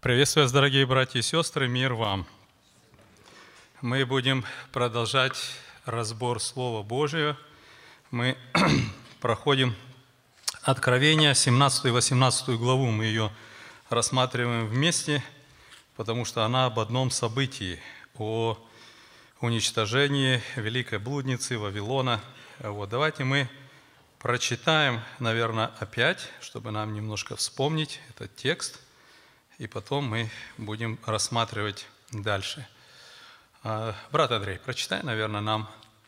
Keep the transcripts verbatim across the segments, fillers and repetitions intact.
Приветствую вас, дорогие братья и сестры, мир вам. Мы будем продолжать разбор Слова Божия. Мы проходим Откровение, семнадцатую и восемнадцатую главу. Мы ее рассматриваем вместе, потому что она об одном событии, о уничтожении великой блудницы Вавилона. Вот, давайте мы прочитаем, наверное, опять, чтобы нам немножко вспомнить этот текст. И потом мы будем рассматривать дальше. Брат Андрей, прочитай, наверное, нам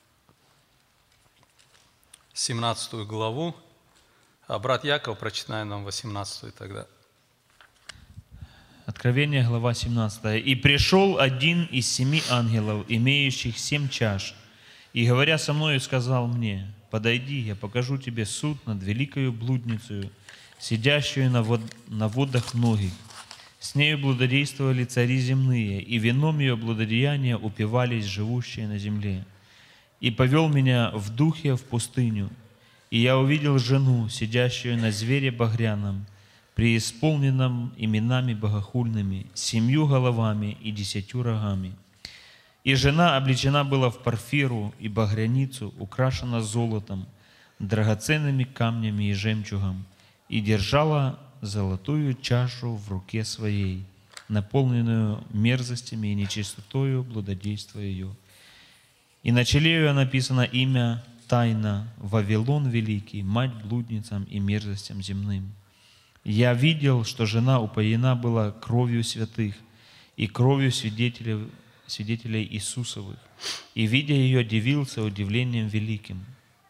семнадцатую главу, а брат Яков прочитай нам восемнадцатую тогда. Откровение, глава семнадцатая. «И пришел один из семи ангелов, имеющих семь чаш, и, говоря со мною, сказал мне: подойди, я покажу тебе суд над великою блудницею, сидящую на, вод... на водах многих. С нею блудодействовали цари земные, и вином ее блудодеяния упивались живущие на земле. И повел меня в духе в пустыню, и я увидел жену, сидящую на звере багряном, преисполненном именами богохульными, семью головами и десятью рогами. И жена облечена была в парфиру и багряницу, украшена золотом, драгоценными камнями и жемчугом, и держала золотую чашу в руке своей, наполненную мерзостями и нечистотою блудодейства ее. И на челе ее написано имя тайна: Вавилон Великий, мать блудницам и мерзостям земным. Я видел, что жена упоена была кровью святых и кровью свидетелей, свидетелей Иисусовых, и, видя ее, дивился удивлением великим.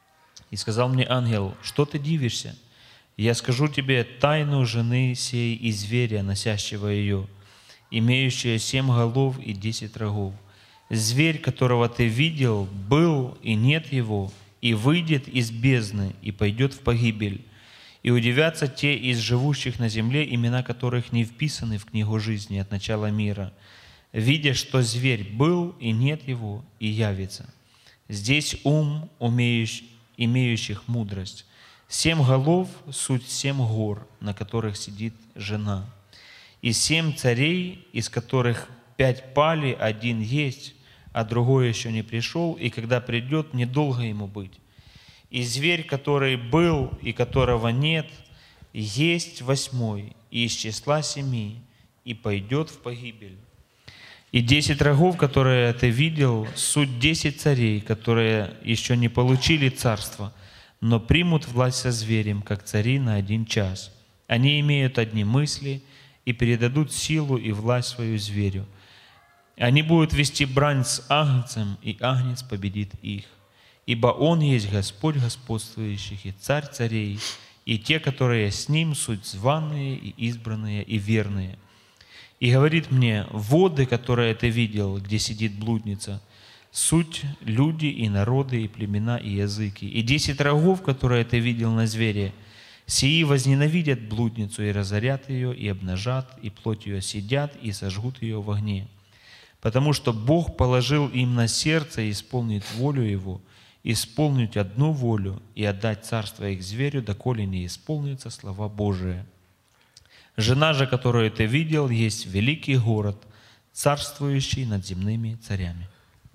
И сказал мне ангел: что ты дивишься? Я скажу тебе тайну жены сей и зверя, носящего ее, имеющая семь голов и десять рогов. Зверь, которого ты видел, был и нет его, и выйдет из бездны, и пойдет в погибель. И удивятся те из живущих на земле, имена которых не вписаны в книгу жизни от начала мира, видя, что зверь был и нет его, и явится. Здесь ум, умеющий, имеющих мудрость. Семь голов — суть семь гор, на которых сидит жена. И семь царей, из которых пять пали, один есть, а другой еще не пришел, и когда придет, недолго ему быть. И зверь, который был и которого нет, есть восьмой, и из числа семи, и пойдет в погибель. И десять рогов, которые ты видел, суть десять царей, которые еще не получили царство, но примут власть со зверем, как цари на один час. Они имеют одни мысли и передадут силу и власть свою зверю. Они будут вести брань с агнцем, и агнец победит их. Ибо он есть Господь господствующих и Царь царей, и те, которые с ним, суть званые и избранные и верные. И говорит мне: воды, которые ты видел, где сидит блудница, суть люди и народы, и племена, и языки. И десять рогов, которые ты видел на звере, сии возненавидят блудницу и разорят ее, и обнажат, и плоть ее съедят, и сожгут ее в огне. Потому что Бог положил им на сердце исполнить волю Его, исполнить одну волю и отдать царство их зверю, доколе не исполнятся слова Божии. Жена же, которую ты видел, есть великий город, царствующий над земными царями.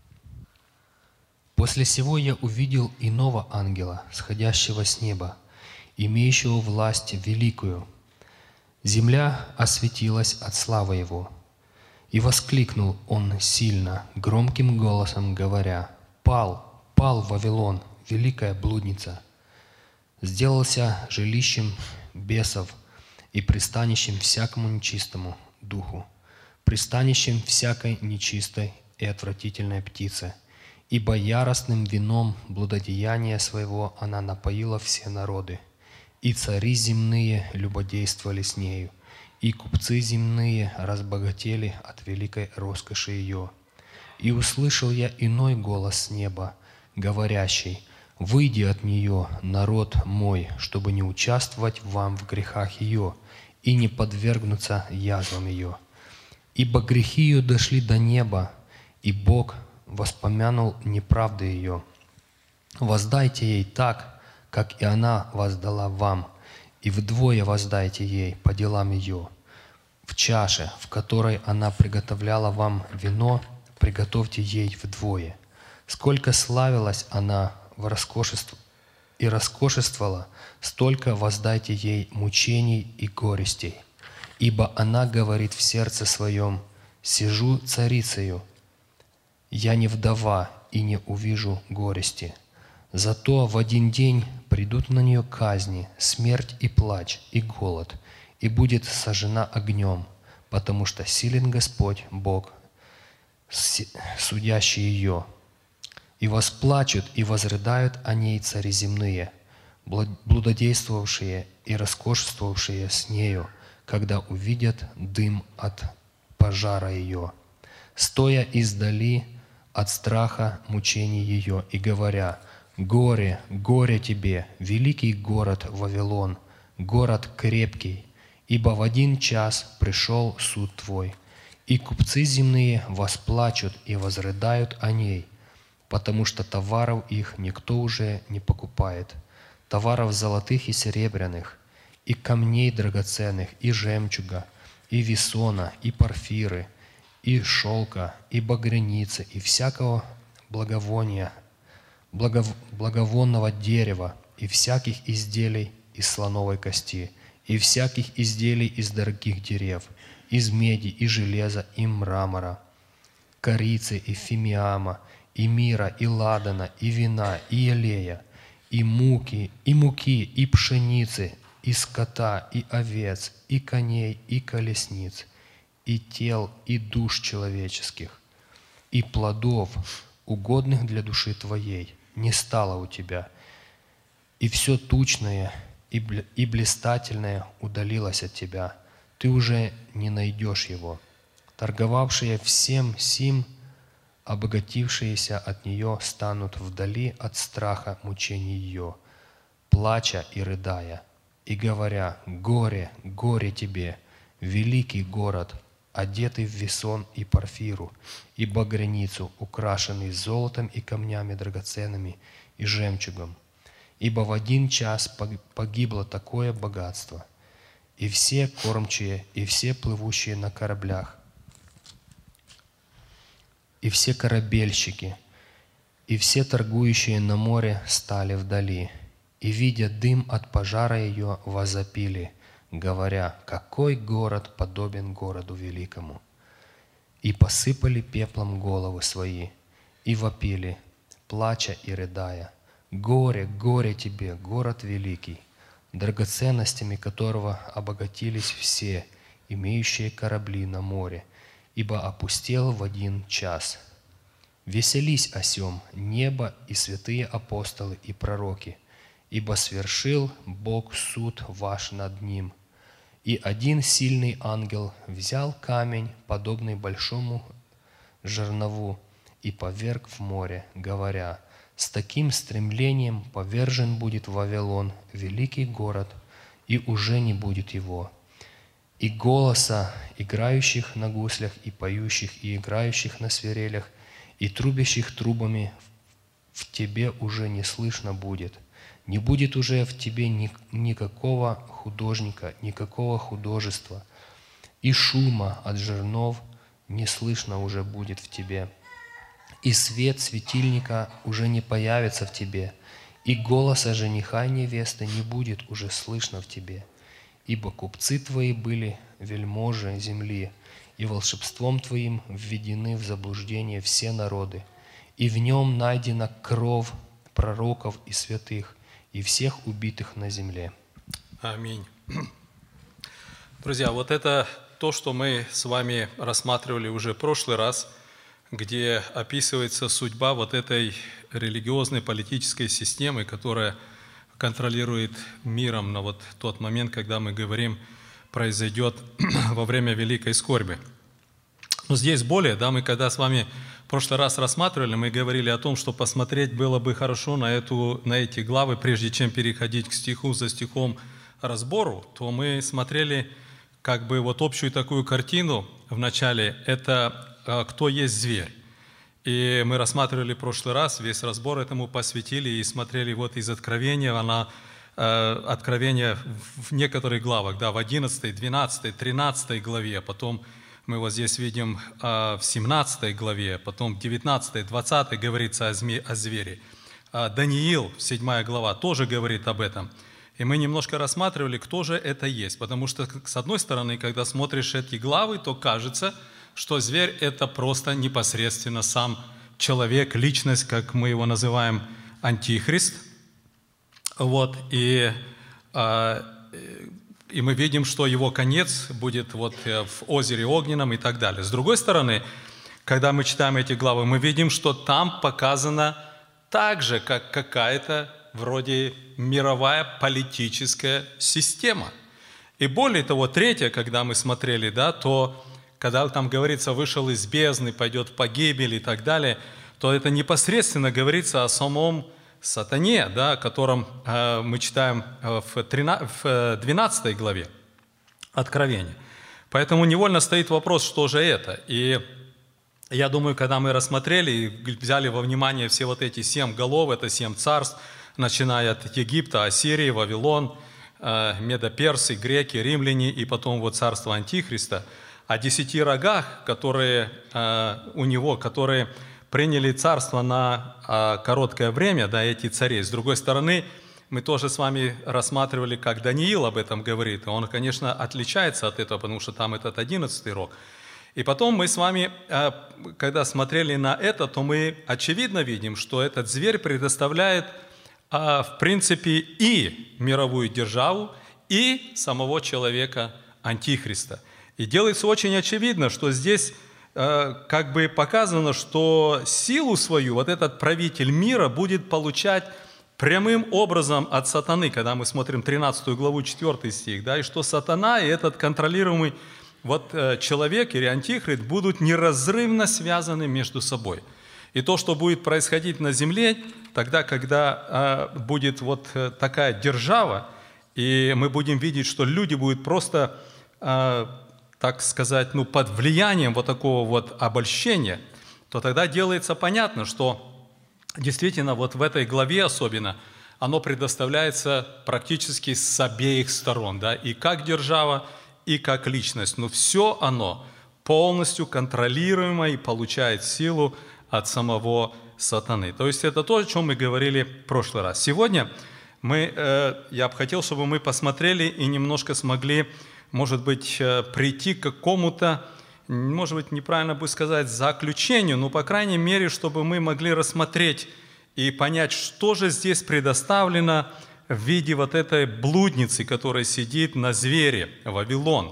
После сего я увидел иного ангела, сходящего с неба, имеющего власть великую. Земля осветилась от славы его. И воскликнул он сильно, громким голосом говоря: «Пал, пал Вавилон, великая блудница! Сделался жилищем бесов и пристанищем всякому нечистому духу, пристанищем всякой нечистой и отвратительной птицы. Ибо яростным вином блудодеяния своего она напоила все народы, и цари земные любодействовали с нею, и купцы земные разбогатели от великой роскоши ее. И услышал я иной голос с неба, говорящий: «Выйди от нее, народ мой, чтобы не участвовать вам в грехах ее и не подвергнуться язвам ее. Ибо грехи ее дошли до неба, и Бог воспомянул неправды ее. Воздайте ей так, как и она воздала вам, и вдвое воздайте ей по делам ее. в чаше, в которой она приготовляла вам вино, приготовьте ей вдвое. Сколько славилась она в роскошестве и роскошествовала, столько воздайте ей мучений и горестей. Ибо она говорит в сердце своем: «Сижу царицею, я не вдова и не увижу горести». Зато в один день придут на нее казни, смерть и плач, и голод, и будет сожжена огнем, потому что силен Господь Бог, судящий ее. И восплачут и возрыдают о ней цари земные, блудодействовавшие и роскошествовавшие с нею, когда увидят дым от пожара ее, стоя издали от страха мучений ее и говоря: «Горе, горе тебе, великий город Вавилон, город крепкий, ибо в один час пришел суд твой, и купцы земные восплачут и возрыдают о ней, потому что товаров их никто уже не покупает, товаров золотых и серебряных, и камней драгоценных, и жемчуга, и весона, и порфиры, и шелка, и багряницы, и всякого благовония, благов... благовонного дерева, и всяких изделий из слоновой кости, и всяких изделий из дорогих дерев, из меди и железа и мрамора, корицы и фимиама, и мира, и ладана, и вина, и елея, и муки, и муки, и пшеницы, и скота, и овец, и коней, и колесниц, и тел, и душ человеческих, и плодов, угодных для души твоей, не стало у тебя, и все тучное и блистательное удалилось от тебя, ты уже не найдешь его. Торговавшие всем сим, обогатившиеся от нее, станут вдали от страха мучений ее, плача и рыдая, и говоря: «Горе, горе тебе, великий город, одетый в весон и порфиру, и багряницу, украшенный золотом и камнями драгоценными и жемчугом, ибо в один час погибло такое богатство, и все кормчие, и все плывущие на кораблях, и все корабельщики, и все торгующие на море стали вдали, и, видя дым от пожара ее, возопили, говоря: какой город подобен городу великому? И посыпали пеплом головы свои, и вопили, плача и рыдая: горе, горе тебе, город великий, драгоценностями которого обогатились все, имеющие корабли на море, ибо опустел в один час. Веселись о сем небо и святые апостолы и пророки, ибо свершил Бог суд ваш над ним. И один сильный ангел взял камень, подобный большому жернову, и поверг в море, говоря: с таким стремлением повержен будет Вавилон, великий город, и уже не будет его. И голоса играющих на гуслях, и поющих, и играющих на свирелях, и трубящих трубами в тебе уже не слышно будет. Не будет уже в тебе ни, никакого художника, никакого художества, и шума от жернов не слышно уже будет в тебе. И свет светильника уже не появится в тебе, и голоса жениха и невесты не будет уже слышно в тебе. Ибо купцы твои были вельможи земли, и волшебством твоим введены в заблуждение все народы, и в нем найдена кровь пророков и святых, и всех убитых на земле». Аминь. Друзья, вот это то, что мы с вами рассматривали уже в прошлый раз, где описывается судьба вот этой религиозной политической системы, которая контролирует миром на вот тот момент, когда мы говорим, произойдет во время великой скорби. Но здесь более, да, мы когда с вами в прошлый раз рассматривали, мы говорили о том, что посмотреть было бы хорошо на, эту, на эти главы, прежде чем переходить к стиху за стихом разбору, то мы смотрели как бы вот общую такую картину в начале, это кто есть зверь. И мы рассматривали в прошлый раз, весь разбор этому посвятили и смотрели вот из Откровения, она э, Откровения в некоторых главах, да, в одиннадцатой, двенадцатой, тринадцатой главе, потом мы вот здесь видим э, в семнадцатой главе, потом в девятнадцатой, двадцатой говорится о, зме, о звере. А Даниил, седьмая глава, тоже говорит об этом. И мы немножко рассматривали, кто же это есть. Потому что, с одной стороны, когда смотришь эти главы, то кажется, что зверь – это просто непосредственно сам человек, личность, как мы его называем, антихрист. Вот, и, и мы видим, что его конец будет вот в озере Огненном и так далее. С другой стороны, когда мы читаем эти главы, мы видим, что там показано так же, как какая-то вроде мировая политическая система. И более того, третье, когда мы смотрели, да, то когда там говорится «вышел из бездны, пойдет в погибель» и так далее, то это непосредственно говорится о самом сатане, да, о котором э, мы читаем в, тринадцатой, в двенадцатой главе Откровения. Поэтому невольно стоит вопрос, что же это. И я думаю, когда мы рассмотрели и взяли во внимание все вот эти семь голов, это семь царств, начиная от Египта, Ассирии, Вавилон, Медоперсы, греки, римляне и потом вот царство Антихриста, о десяти рогах, которые у него, которые приняли царство на короткое время, да, эти цари. С другой стороны, мы тоже с вами рассматривали, как Даниил об этом говорит. Он, конечно, отличается от этого, потому что там этот одиннадцатый рог. И потом мы с вами, когда смотрели на это, то мы очевидно видим, что этот зверь предоставляет в принципе и мировую державу, и самого человека Антихриста. И делается очень очевидно, что здесь как бы показано, что силу свою вот этот правитель мира будет получать прямым образом от сатаны, когда мы смотрим тринадцатую главу, четвёртый стих, да, и что сатана и этот контролируемый вот человек или антихрист будут неразрывно связаны между собой. И то, что будет происходить на земле, тогда, когда э, будет вот такая держава, и мы будем видеть, что люди будут просто, э, так сказать, ну, под влиянием вот такого вот обольщения, то тогда делается понятно, что действительно вот в этой главе особенно оно предоставляется практически с обеих сторон, да, и как держава, и как личность. Но все оно полностью контролируемо и получает силу от самого сатаны. То есть это то, о чем мы говорили в прошлый раз. Сегодня мы, э, я бы хотел, чтобы мы посмотрели и немножко смогли, может быть, э, прийти к какому-то, может быть, неправильно бы сказать, заключению, но, по крайней мере, чтобы мы могли рассмотреть и понять, что же здесь предоставлено в виде вот этой блудницы, которая сидит на звере, Вавилон.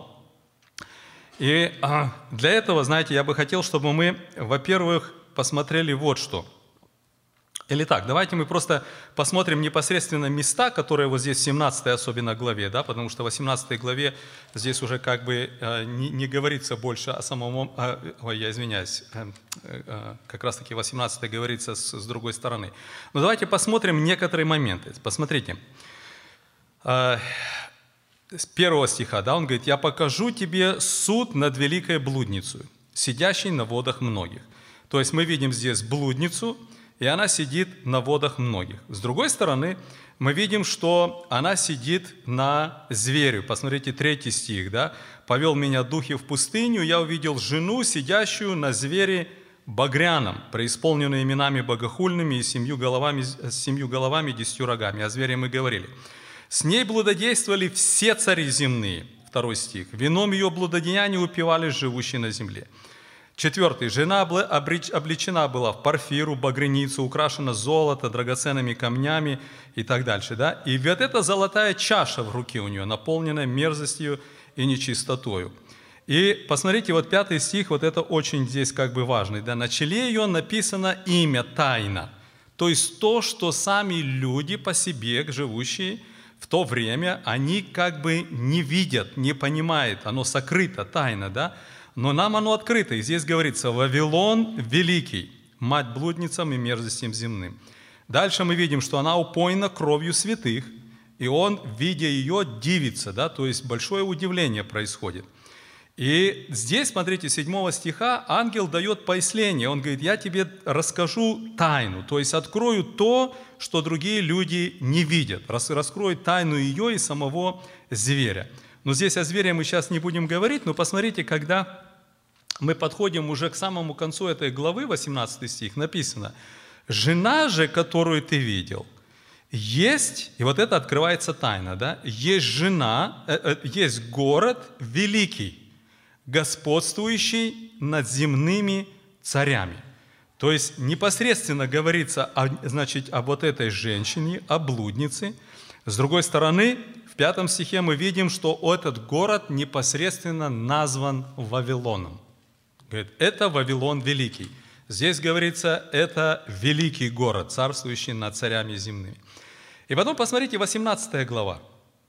И а, для этого, знаете, я бы хотел, чтобы мы, во-первых, посмотрели вот что. Или так, давайте мы просто посмотрим непосредственно места, которые вот здесь в семнадцатой особенно главе, да, потому что в восемнадцатой главе здесь уже как бы э, не, не говорится больше о самом... Э, ой, я извиняюсь, э, э, как раз-таки в восемнадцатой говорится с, с другой стороны. Но давайте посмотрим некоторые моменты. Посмотрите. Э, с первого стиха, да, он говорит: «Я покажу тебе суд над великой блудницей, сидящей на водах многих». То есть мы видим здесь блудницу, и она сидит на водах многих. С другой стороны, мы видим, что она сидит на звере. Посмотрите, третий стих, да? «Повел меня духи в пустыню, я увидел жену, сидящую на звере багряном, преисполненную именами богохульными и семью головами, с семью головами и десятью рогами». О звере мы говорили. «С ней блудодействовали все цари земные». Второй стих. «Вином ее блудодеяния упивались живущие на земле». Четвертый. «Жена облечена была в парфиру, багряницу, украшена золото, драгоценными камнями» и так дальше. Да? И вот эта золотая чаша в руке у нее, наполненная мерзостью и нечистотою. И посмотрите, вот пятый стих, вот это очень здесь как бы важный. Да? «На челе ее написано имя тайна». То есть то, что сами люди по себе, живущие в то время, они как бы не видят, не понимают, оно сокрыто, тайна, да? Но нам оно открыто. И здесь говорится: «Вавилон великий, мать блудницам и мерзостям земным». Дальше мы видим, что она упоена кровью святых, и он, видя ее, дивится, да? То есть большое удивление происходит. И здесь, смотрите, седьмого стиха ангел дает пояснение. Он говорит, я тебе расскажу тайну, то есть открою то, что другие люди не видят. Раскрою тайну ее и самого зверя. Но здесь о звере мы сейчас не будем говорить, но посмотрите, когда мы подходим уже к самому концу этой главы, восемнадцатый стих, написано, «Жена же, которую ты видел, есть», и вот это открывается тайна, да, «есть жена, э, э, есть город великий, господствующий над земными царями». То есть непосредственно говорится о, значит, об вот этой женщине, о блуднице. С другой стороны, в пятом стихе мы видим, что этот город непосредственно назван Вавилоном. Говорит, это Вавилон Великий. Здесь говорится, это великий город, царствующий над царями земными. И потом посмотрите, восемнадцатая глава.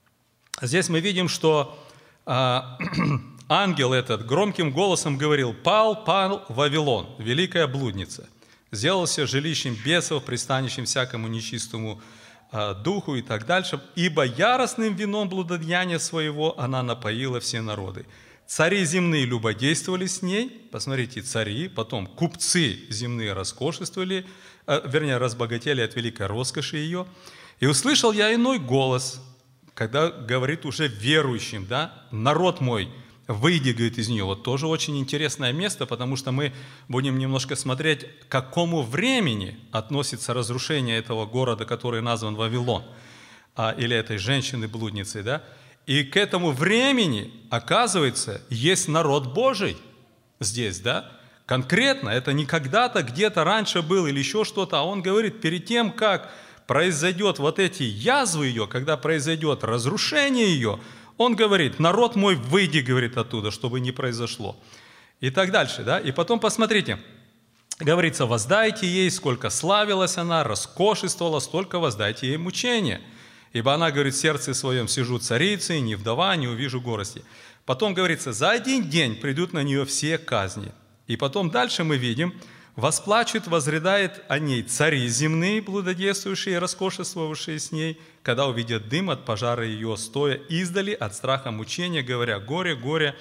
Здесь мы видим, что а, ангел этот громким голосом говорил, «Пал, пал Вавилон, великая блудница, сделался жилищем бесов, пристанищем всякому нечистому а, духу» и так дальше. «Ибо яростным вином блудодеяния своего она напоила все народы. Цари земные любодействовали с ней», посмотрите, цари, потом купцы земные роскошествовали, а, вернее, разбогатели от великой роскоши ее. «И услышал я иной голос», когда говорит уже верующим, да, «народ мой, выйди, говорит, из нее». Вот тоже очень интересное место, потому что мы будем немножко смотреть, к какому времени относится разрушение этого города, который назван Вавилон, а, или этой женщины-блудницы, да. И к этому времени, оказывается, есть народ Божий здесь, да. Конкретно, это не когда-то, где-то раньше был или еще что-то, а он говорит, перед тем, как произойдет вот эти язвы ее, когда произойдет разрушение ее, он говорит, народ мой, выйди, говорит, оттуда, чтобы не произошло. И так дальше, да. И потом посмотрите, говорится, воздайте ей, сколько славилась она, роскошествовала, столько воздайте ей мучения. Ибо она, говорит, в сердце своем сижу царицей, не вдова, не увижу горести. Потом говорится, за один день придут на нее все казни. И потом дальше мы видим, восплачут, возрыдает о ней цари земные, блудодействующие и роскошествовавшие с ней, когда увидят дым от пожара ее, стоя издали от страха мучения, говоря, горе, горе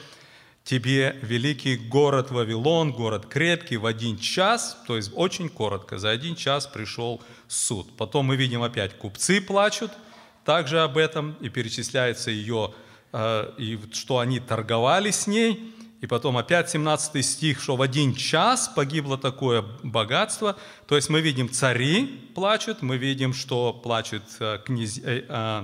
тебе, великий город Вавилон, город крепкий, в один час, то есть очень коротко, за один час пришел суд. Потом мы видим опять, купцы плачут также об этом, и перечисляется ее, э, и что они торговали с ней. И потом опять семнадцатый стих, что в один час погибло такое богатство. То есть мы видим, цари плачут, мы видим, что плачут князь, э, э,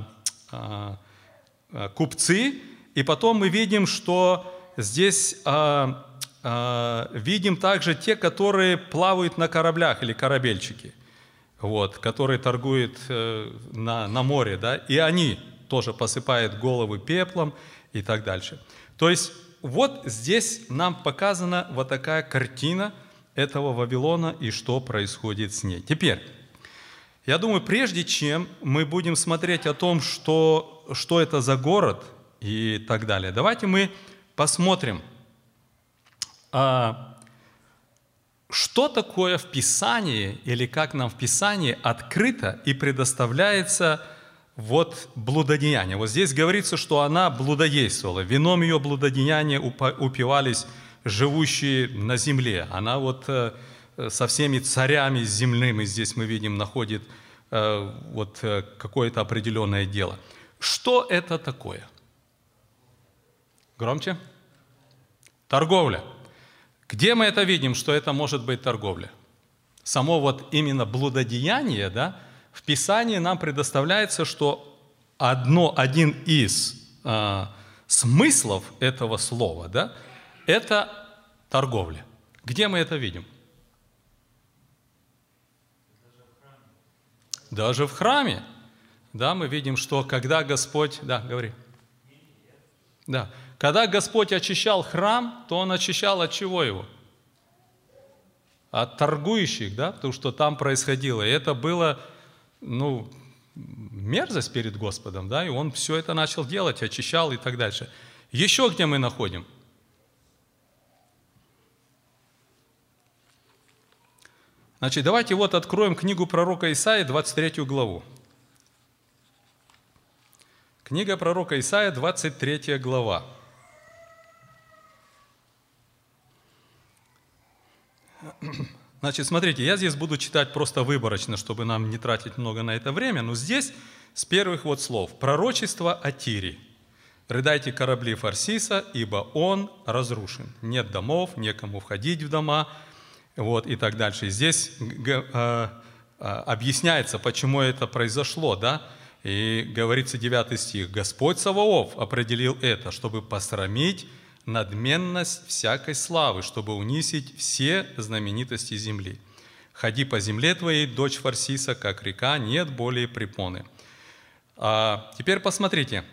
э, купцы. И потом мы видим, что здесь э, э, видим также те, которые плавают на кораблях или корабельчики, вот, которые торгуют э, на, на море, да, и они тоже посыпают головы пеплом и так дальше. То есть вот здесь нам показана вот такая картина этого Вавилона и что происходит с ней. Теперь, я думаю, прежде чем мы будем смотреть о том, что, что это за город и так далее, давайте мы посмотрим, а, что такое в Писании или как нам в Писании открыто и предоставляется вот блудодеяние. Вот здесь говорится, что она блудодействовала. Вином ее блудодеяния упивались живущие на земле. Она вот со всеми царями земными, здесь мы видим, находит вот какое-то определенное дело. Что это такое? Громче. Торговля. Где мы это видим, что это может быть торговля? Само вот именно блудодеяние, да, в Писании нам предоставляется, что одно, один из э, смыслов этого слова, да, это торговля. Где мы это видим? Даже в храме. Да, мы видим, что когда Господь... Да, говори. Да. Когда Господь очищал храм, то Он очищал от чего его? От торгующих, да, потому что там происходило. И это было... ну, мерзость перед Господом, да, и Он все это начал делать, очищал и так дальше. Еще где мы находим? Значит, давайте вот откроем книгу пророка Исаии, двадцать третью главу. Книга пророка Исаия, двадцать третья глава. Значит, смотрите, я здесь буду читать просто выборочно, чтобы нам не тратить много на это время, но здесь с первых вот слов. «Пророчество о Тире. Рыдайте корабли Фарсиса, ибо он разрушен. Нет домов, некому входить в дома». Вот, и так дальше. И здесь э, э, объясняется, почему это произошло, да? И говорится девятый стих. «Господь Саваоф определил это, чтобы посрамить надменность всякой славы, чтобы унизить все знаменитости земли. Ходи по земле твоей, дочь Фарсиса, как река, нет более препоны». А теперь посмотрите,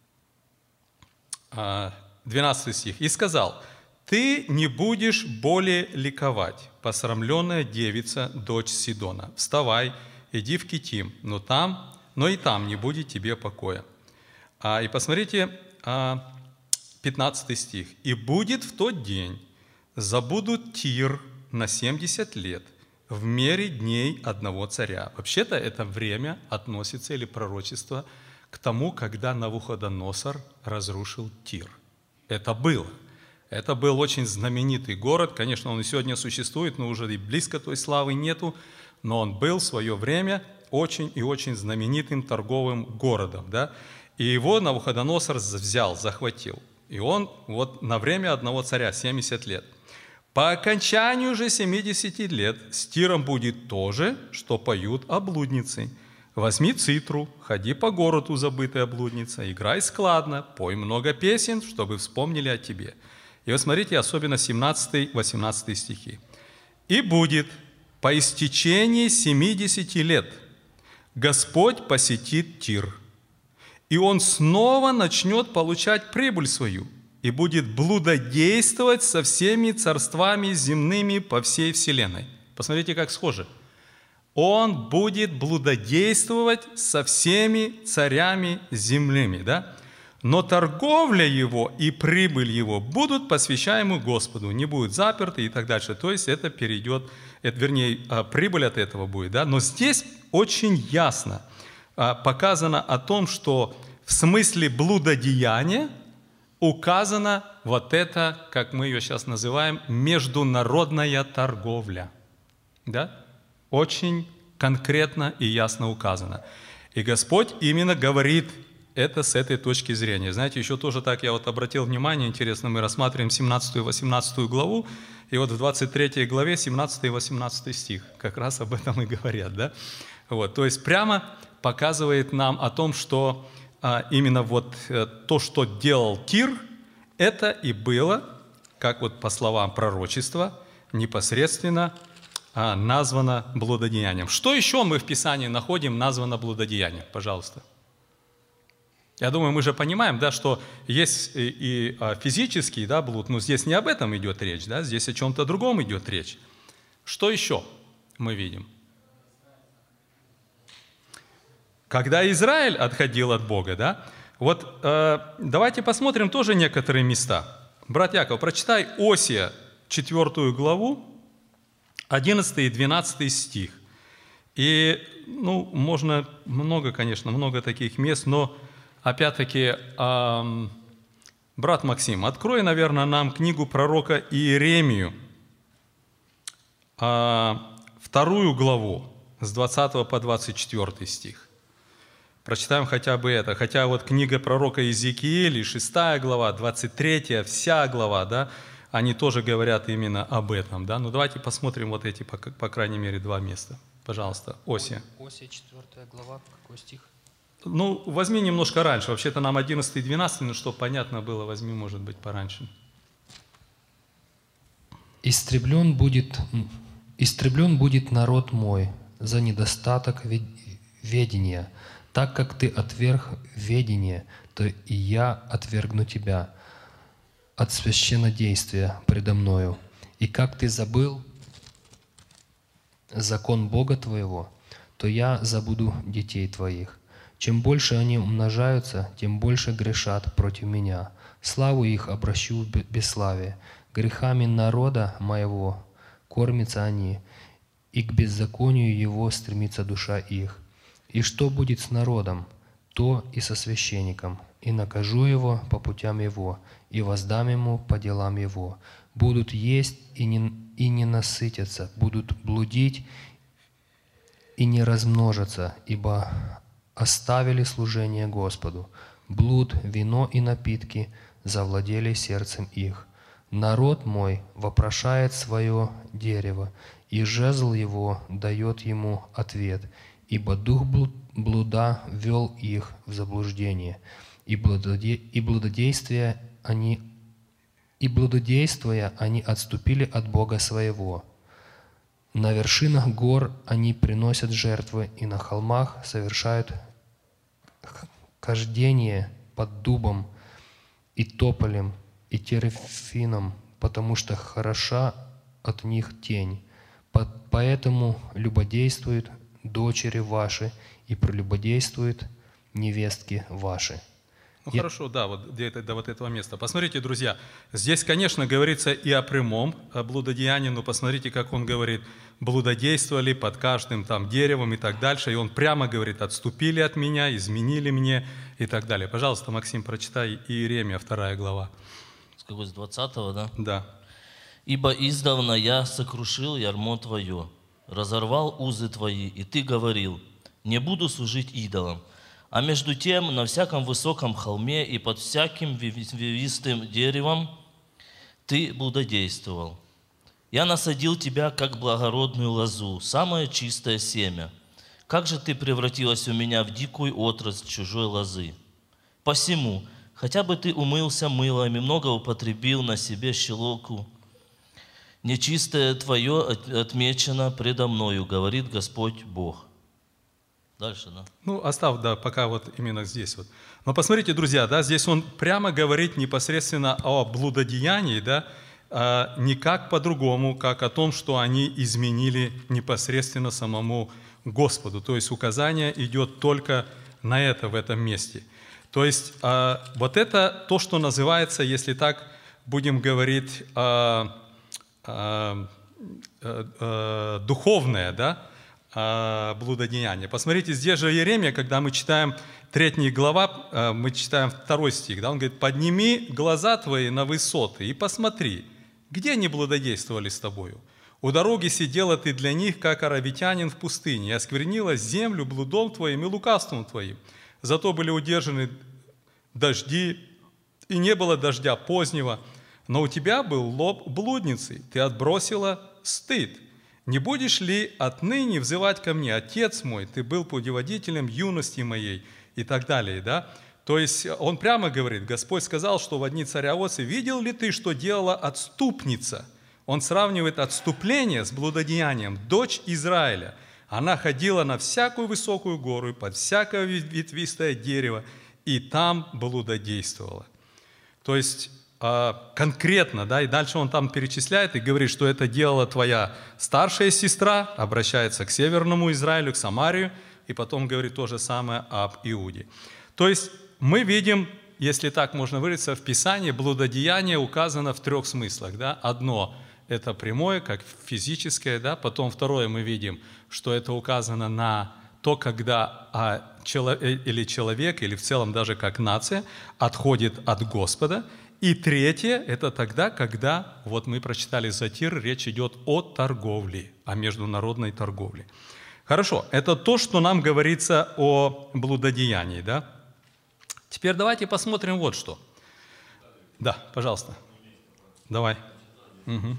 двенадцатый стих. «И сказал: ты не будешь более ликовать, посрамленная девица, дочь Сидона. Вставай, иди в Китим, но там, но и там не будет тебе покоя». А, и посмотрите, а, пятнадцатый стих. «И будет в тот день, забудут Тир на семьдесят лет, в мере дней одного царя». Вообще-то это время относится, или пророчество, к тому, когда Навуходоносор разрушил Тир. Это было. Это был очень знаменитый город. Конечно, он и сегодня существует, но уже и близко той славы нету. Но он был в свое время очень и очень знаменитым торговым городом. Да? И его Навуходоносор взял, захватил. И он вот на время одного царя, семьдесят лет. «По окончанию же семидесяти лет с Тиром будет то же, что поют о блуднице. Возьми цитру, ходи по городу, забытая блудница, играй складно, пой много песен, чтобы вспомнили о тебе». И вот смотрите, особенно семнадцатый-восемнадцатый стихи. «И будет по истечении семидесяти лет Господь посетит Тир, и он снова начнет получать прибыль свою, и будет блудодействовать со всеми царствами земными по всей вселенной». Посмотрите, как схоже. Он будет блудодействовать со всеми царями земными, да? Но торговля его и прибыль его будут посвящаемы Господу, не будут заперты и так дальше. То есть это перейдет, это, вернее, прибыль от этого будет. Да? Но здесь очень ясно показано о том, что в смысле блудодеяния указано вот это, как мы ее сейчас называем, международная торговля. Да? Очень конкретно и ясно указано. И Господь именно говорит это с этой точки зрения. Знаете, еще тоже так я вот обратил внимание, интересно, мы рассматриваем семнадцатую и восемнадцатую главу, и вот в двадцать третьей главе семнадцатый и восемнадцатый стих как раз об этом и говорят. Да? Вот, то есть прямо показывает нам о том, что а, именно вот а, то, что делал Тир, это и было, как вот по словам пророчества, непосредственно а, названо блудодеянием. Что еще мы в Писании находим названо блудодеянием? Пожалуйста. Я думаю, мы же понимаем, да, что есть и, и физический, да, блуд, но здесь не об этом идет речь, да, здесь о чем-то другом идет речь. Что еще мы видим? Когда Израиль отходил от Бога, да, вот э, давайте посмотрим тоже некоторые места. Брат Яков, прочитай Осия, четвёртую главу, одиннадцатый и двенадцатый стих. И, ну, можно много, конечно, много таких мест, но опять-таки, э, брат Максим, открой, наверное, нам книгу пророка Иеремию, э, вторую главу, с двадцатого по двадцать четвёртый стих. Прочитаем хотя бы это. Хотя вот книга пророка Иезекииля, шестая глава, двадцать третья, вся глава, да, они тоже говорят именно об этом. Да? Ну давайте посмотрим вот эти, по, по крайней мере, два места. Пожалуйста, Осия. Осия, четвёртая глава, какой стих? Ну, возьми немножко раньше. Вообще-то нам одиннадцатый и двенадцатый, но чтобы понятно было, возьми, может быть, пораньше. «Истреблен будет, истреблен будет народ мой за недостаток ведения. Так как ты отверг ведение, то и я отвергну тебя от священнодействия предо мною. И как ты забыл закон Бога твоего, то я забуду детей твоих. Чем больше они умножаются, тем больше грешат против меня. Славу их обращу в бесславие. Грехами народа моего кормятся они, и к беззаконию его стремится душа их. И что будет с народом, то и со священником. и накажу его по путям его, и воздам ему по делам его. Будут есть и не, и не насытятся, будут блудить и не размножатся, ибо оставили служение Господу. Блуд, вино и напитки завладели сердцем их. Народ мой вопрошает свое дерево, и жезл его дает ему ответ, ибо дух блуда ввел их в заблуждение, и блудодействие они и блудодействуя они отступили от Бога своего. На вершинах гор они приносят жертвы, и на холмах совершают хождение под дубом и тополем и терафином, потому что хороша от них тень. Поэтому любодействуют дочери ваши и прелюбодействуют невестки ваши. Ну Я- хорошо, да, вот где-то до вот этого места. Посмотрите, друзья, здесь, конечно, говорится и о прямом о блудодеянии, но посмотрите, как он говорит, блудодействовали под каждым там деревом и так дальше, и он прямо говорит, отступили от меня, изменили мне и так далее. Пожалуйста, Максим, прочитай Иеремия, вторая глава. С какой, с двадцатого, да? Да. «Ибо издавна я сокрушил ярмо твое, разорвал узы твои, и ты говорил, не буду служить идолам. А между тем на всяком высоком холме и под всяким вивистым деревом ты блудодействовал. Я насадил тебя, как благородную лозу, самое чистое семя. Как же ты превратилась у меня в дикую отрасль чужой лозы? Посему, хотя бы ты умылся мылом и много употребил на себе щелоку, нечистое твое отмечено предо мною, говорит Господь Бог». Дальше, да? Ну, оставь, да, пока вот именно здесь вот. Но посмотрите, друзья, да, здесь он прямо говорит непосредственно о блудодеянии, да, а не как по-другому, как о том, что они изменили непосредственно самому Господу. То есть указание идет только на это в этом месте. То есть а, вот это то, что называется, если так будем говорить, а, а, а, а, духовное, да, блудодеяние. Посмотрите, здесь же Иеремия, когда мы читаем третья глава, мы читаем второй стих, да, он говорит, «Подними глаза твои на высоты и посмотри, где они блудодействовали с тобою. У дороги сидела ты для них, как аравитянин в пустыне, и осквернила землю блудом твоим и лукавством твоим. Зато были удержаны дожди, и не было дождя позднего, но у тебя был лоб блудницы, ты отбросила стыд. Не будешь ли отныне взывать ко мне, Отец мой, ты был путеводителем юности моей» и так далее, да? То есть он прямо говорит, Господь сказал, что в одни царя Оси, видел ли ты, что делала отступница? Он сравнивает отступление с блудодеянием. Дочь Израиля, она ходила на всякую высокую гору, под всякое ветвистое дерево, и там блудодействовала. То есть конкретно, да, и дальше он там перечисляет и говорит, что это делала твоя старшая сестра, обращается к северному Израилю, к Самарию, и потом говорит то же самое об Иуде. То есть мы видим, если так можно выразиться, в Писании блудодеяние указано в трех смыслах. Да? Одно – это прямое, как физическое, да? Потом второе мы видим, что это указано на то, когда а, чело, или человек, или в целом даже как нация отходит от Господа. И третье – это тогда, когда, вот мы прочитали Затир, речь идет о торговле, о международной торговле. Хорошо, это то, что нам говорится о блудодеянии, да? Теперь давайте посмотрим вот что. Да, пожалуйста. Давай. Угу.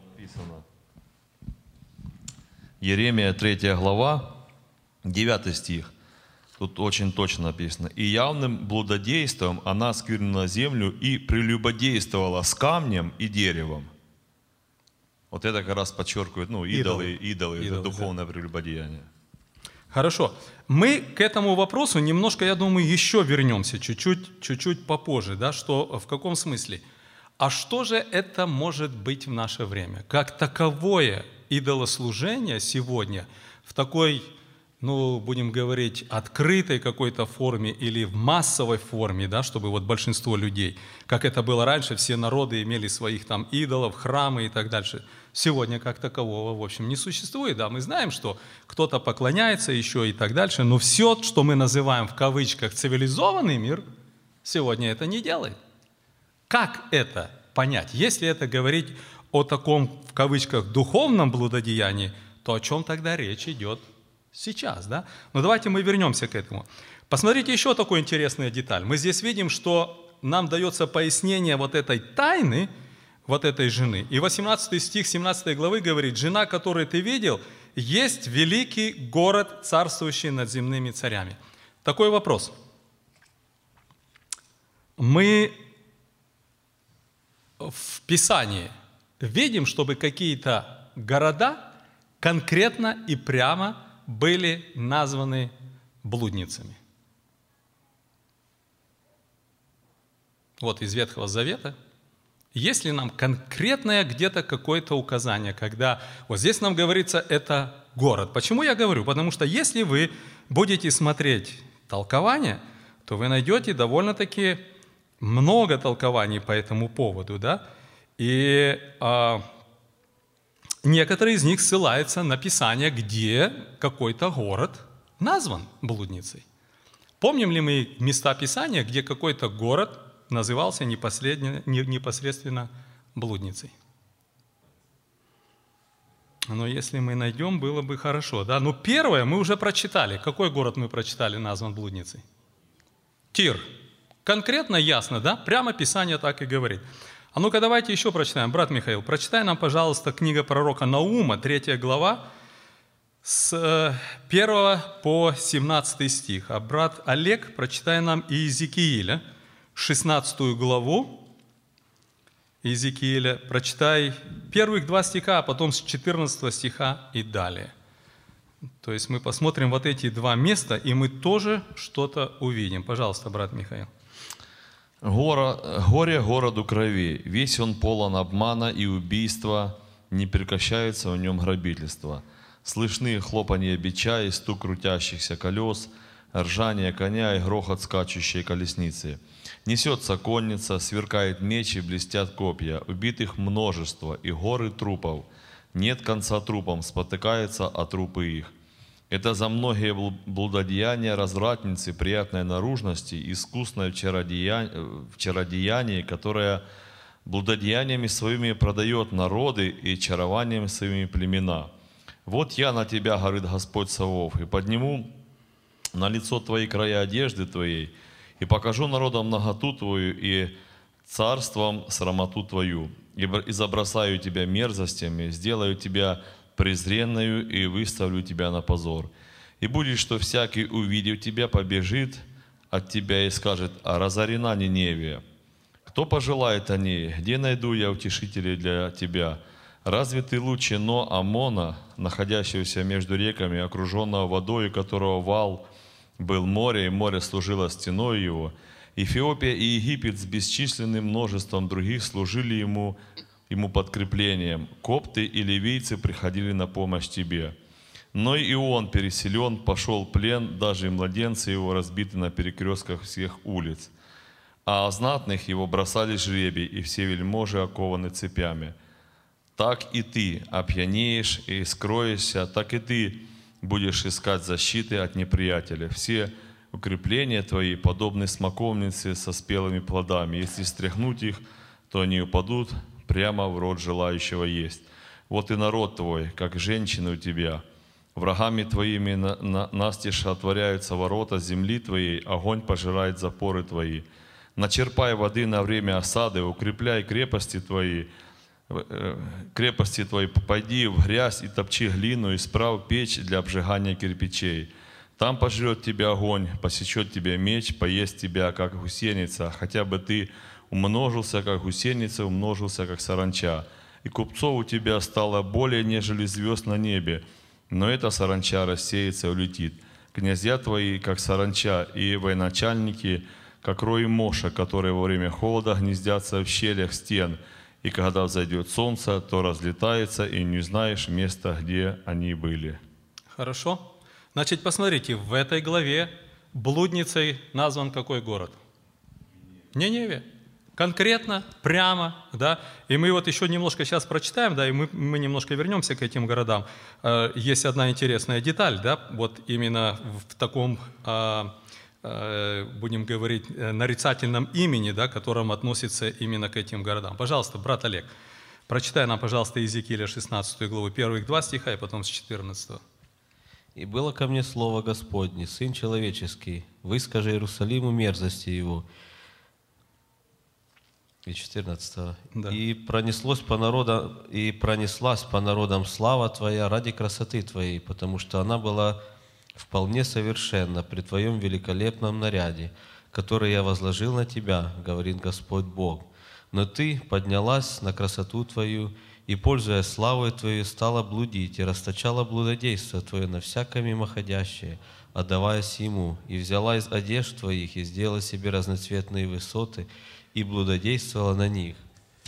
Иеремия, третья глава, девятый стих. Тут очень точно написано. «И явным блудодейством она осквернила землю и прелюбодействовала с камнем и деревом». Вот это как раз подчеркивает, ну, идолы, идолы, идолы, идолы это духовное да. прелюбодеяние. Хорошо. Мы к этому вопросу немножко, я думаю, еще вернемся, чуть-чуть, чуть-чуть попозже, да, что, в каком смысле? А что же это может быть в наше время? Как таковое идолослужение сегодня в такой, ну, будем говорить, открытой какой-то форме или в массовой форме, да, чтобы вот большинство людей, как это было раньше, все народы имели своих там идолов, храмы и так дальше. Сегодня как такового, в общем, не существует. Да, мы знаем, что кто-то поклоняется еще и так дальше, но все, что мы называем в кавычках цивилизованный мир, сегодня это не делает. Как это понять? Если это говорить о таком, в кавычках, духовном блудодеянии, то о чем тогда речь идет сейчас, да? Но давайте мы вернемся к этому. Посмотрите еще такую интересную деталь. Мы здесь видим, что нам дается пояснение вот этой тайны, вот этой жены. И восемнадцатый стих семнадцатой главы говорит: «Жена, которую ты видел, есть великий город, царствующий над земными царями». Такой вопрос. Мы в Писании видим, чтобы какие-то города конкретно и прямо были названы блудницами. Вот из Ветхого Завета. Есть ли нам конкретное где-то какое-то указание, когда вот здесь нам говорится, это город. Почему я говорю? Потому что если вы будете смотреть толкование, то вы найдете довольно-таки много толкований по этому поводу, да? И а, некоторые из них ссылаются на Писание, где какой-то город назван блудницей. Помним ли мы места Писания, где какой-то город назывался непосредственно, непосредственно блудницей? Но если мы найдем, было бы хорошо, да? Но первое мы уже прочитали. Какой город мы прочитали, назван блудницей? Тир. Конкретно, ясно, да? Прямо Писание так и говорит. А ну-ка давайте еще прочитаем. Брат Михаил, прочитай нам, пожалуйста, книга пророка Наума, третья глава, с первого по семнадцатый стих. А брат Олег, прочитай нам Иезекииля, шестнадцатую главу Иезекииля. Прочитай первых два стиха, а потом с четырнадцатого стиха и далее. То есть мы посмотрим вот эти два места, и мы тоже что-то увидим. Пожалуйста, брат Михаил. Горе, горе городу крови, весь он полон обмана и убийства, не прекращается в нем грабительство. Слышны хлопанье бича и стук крутящихся колес, ржание коня и грохот скачущей колесницы. Несется конница, сверкает меч и блестят копья, убитых множество и горы трупов. Нет конца трупам, спотыкается о трупы их. Это за многие блудодеяния развратницы приятной наружности, искусной в чародеянии, в чародеянии, которая блудодеяниями своими продает народы и чарованиями своими племена. Вот я на тебя, говорит Господь Савов, и подниму на лицо твои края одежды твоей, и покажу народам наготу твою и царством срамоту твою, и забросаю тебя мерзостями, сделаю тебя презренную и выставлю тебя на позор. И будет, что всякий, увидев тебя, побежит от тебя и скажет: а разорена Ниневия. Кто пожелает о ней? Где найду я утешителей для тебя? Разве ты лучше Но Амона, находящегося между реками, окруженного водой, которого вал был море, и море служило стеной его? Эфиопия и Египет с бесчисленным множеством других служили ему, ему подкреплением. Копты и ливийцы приходили на помощь тебе. Но и он переселен, пошел в плен, даже и младенцы его разбиты на перекрестках всех улиц. А о знатных его бросали жребий, и все вельможи окованы цепями. Так и ты опьянеешь и скроешься, так и ты будешь искать защиты от неприятеля. Все укрепления твои подобны смоковнице со спелыми плодами. Если стряхнуть их, то они упадут прямо в рот желающего есть. Вот и народ твой, как женщина у тебя. Врагами твоими на, на, настежь отворяются ворота земли твоей, огонь пожирает запоры твои. Начерпай воды на время осады, укрепляй крепости твои, крепости твои, пойди в грязь и топчи глину, и справ печь для обжигания кирпичей. Там пожрет тебя огонь, посечет тебя меч, поест тебя, как гусеница, хотя бы ты умножился, как гусеница, умножился, как саранча. И купцов у тебя стало более, нежели звезд на небе, но эта саранча рассеется и улетит. Князья твои, как саранча, и военачальники, как рои моша, которые во время холода гнездятся в щелях стен, и когда взойдет солнце, то разлетается, и не знаешь места, где они были. Хорошо. Значит, посмотрите, в этой главе блудницей назван какой город? Ниневия. Конкретно, прямо, да. И мы вот еще немножко сейчас прочитаем, да, и мы, мы немножко вернемся к этим городам. Есть одна интересная деталь, да, вот именно в таком э, будем говорить, э, нарицательном имени, да, которым относится именно к этим городам. Пожалуйста, брат Олег, прочитай нам, пожалуйста, Иезекииля шестнадцатую главу, первых два стиха, и потом с четырнадцатого. «И было ко мне слово Господне, Сын человеческий, выскажи Иерусалиму мерзости его». И четырнадцатого. Да. «И пронеслось по народам, и пронеслась по народам слава Твоя ради красоты Твоей, потому что она была вполне совершенна при Твоем великолепном наряде, который я возложил на Тебя, говорит Господь Бог. Но Ты поднялась на красоту Твою, и, пользуясь славой Твоей, стала блудить, и расточала блудодейство Твое на всякое мимоходящее, отдаваясь Ему, и взяла из одежд Твоих, и сделала себе разноцветные высоты, и блудодействовала на них,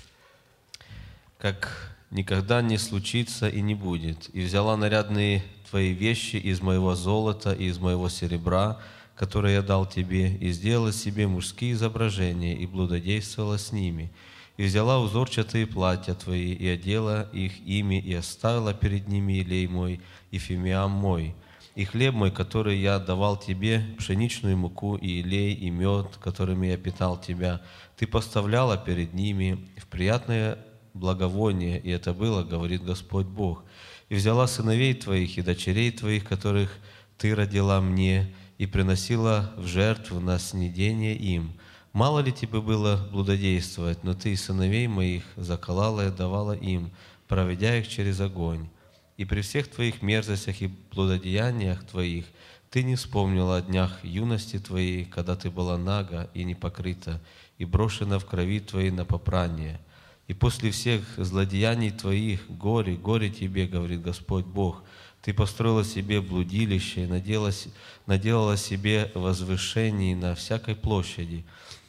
как никогда не случится и не будет. И взяла нарядные Твои вещи из моего золота и из моего серебра, которые я дал Тебе, и сделала себе мужские изображения, и блудодействовала с ними. И взяла узорчатые платья Твои, и одела их ими, и оставила перед ними елей мой, и фимиам мой, и хлеб мой, который я давал Тебе, пшеничную муку, и елей, и мед, которыми я питал Тебя, Ты поставляла перед ними в приятное благовоние, и это было, говорит Господь Бог. И взяла сыновей Твоих и дочерей Твоих, которых Ты родила мне, и приносила в жертву на снедение им. Мало ли Тебе было блудодействовать, но Ты сыновей моих заколала и давала им, проведя их через огонь. И при всех Твоих мерзостях и блудодеяниях Твоих Ты не вспомнила о днях юности Твоей, когда Ты была нага и не покрыта, и брошена в крови Твоей на попрание. И после всех злодеяний Твоих горе, горе Тебе, говорит Господь Бог, Ты построила себе блудилище и наделала, наделала себе возвышений на всякой площади.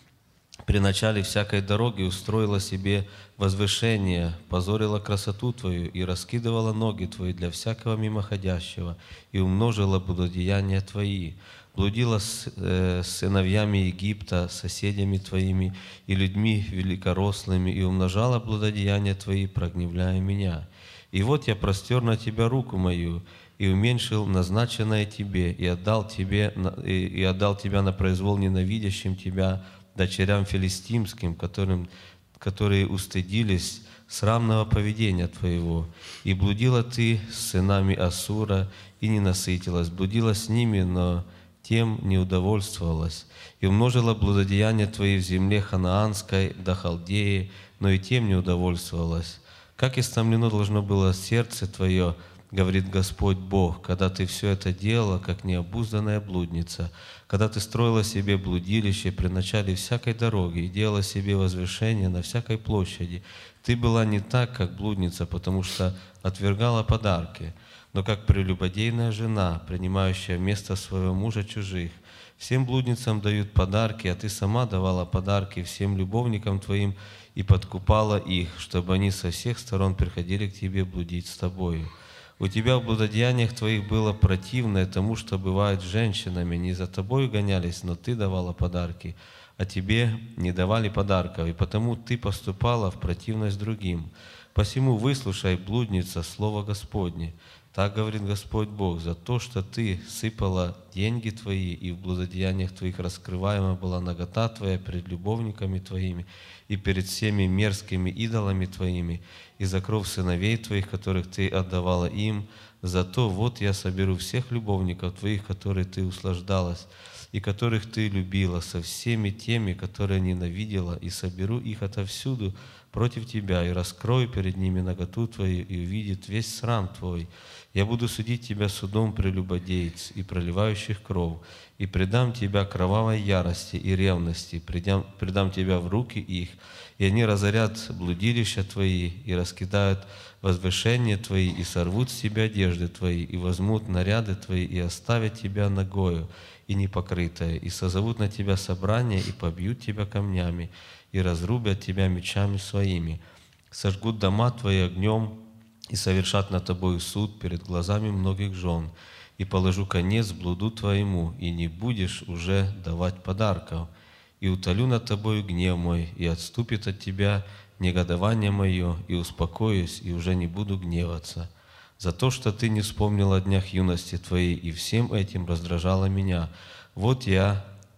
При начале всякой дороги устроила себе возвышение, позорила красоту Твою и раскидывала ноги Твои для всякого мимоходящего, и умножила блудодеяния Твои. Блудила с э, сыновьями Египта, соседями Твоими и людьми великорослыми, и умножала блудодеяния Твои, прогневляя Меня. И вот я простер на Тебя руку мою, и уменьшил назначенное Тебе, и отдал, тебе, и, и отдал Тебя на произвол ненавидящим Тебя, дочерям филистимским, которым, которые устыдились срамного поведения Твоего. И блудила Ты с сынами Ассура, и не насытилась, блудила с ними, но тем не удовольствовалась, и умножила блудодеяния Твои в земле ханаанской до Халдеи, но и тем не удовольствовалась. Как истомлено должно было сердце Твое, говорит Господь Бог, когда Ты все это делала, как необузданная блудница, когда Ты строила себе блудилище при начале всякой дороги и делала себе возвышение на всякой площади. Ты была не так, как блудница, потому что отвергала подарки, но как прелюбодейная жена, принимающая место своего мужа чужих. Всем блудницам дают подарки, а Ты сама давала подарки всем любовникам Твоим и подкупала их, чтобы они со всех сторон приходили к Тебе блудить с Тобою. У Тебя в блудодеяниях Твоих было противное тому, что бывает с женщинами. Не за Тобою гонялись, но Ты давала подарки, а Тебе не давали подарков, и потому Ты поступала в противность другим. Посему выслушай, блудница, слово Господне. Так говорит Господь Бог, за то, что Ты сыпала деньги Твои, и в блудодеяниях Твоих раскрываема была нагота Твоя перед любовниками Твоими и перед всеми мерзкими идолами Твоими, и за кровь сыновей Твоих, которых Ты отдавала им, зато вот я соберу всех любовников Твоих, которые Ты услаждалась, и которых Ты любила, со всеми теми, которые ненавидела, и соберу их отовсюду против Тебя, и раскрою перед ними наготу Твою, и увидит весь срам Твой. Я буду судить Тебя судом прелюбодейц и проливающих кровь, и предам Тебя кровавой ярости и ревности, предам, предам Тебя в руки их, и они разорят блудилища Твои, и раскидают возвышения Твои, и сорвут с Тебя одежды Твои, и возьмут наряды Твои, и оставят Тебя нагою и непокрытое, и созовут на Тебя собрание, и побьют Тебя камнями, и разрубят Тебя мечами своими, сожгут дома Твои огнем, и совершат над Тобою суд перед глазами многих жен, и положу конец блуду Твоему, и не будешь уже давать подарков, и утолю над Тобою гнев мой, и отступит от Тебя негодование мое, и успокоюсь, и уже не буду гневаться. За то, что Ты не вспомнил о днях юности Твоей, и всем этим раздражала Меня. Вот я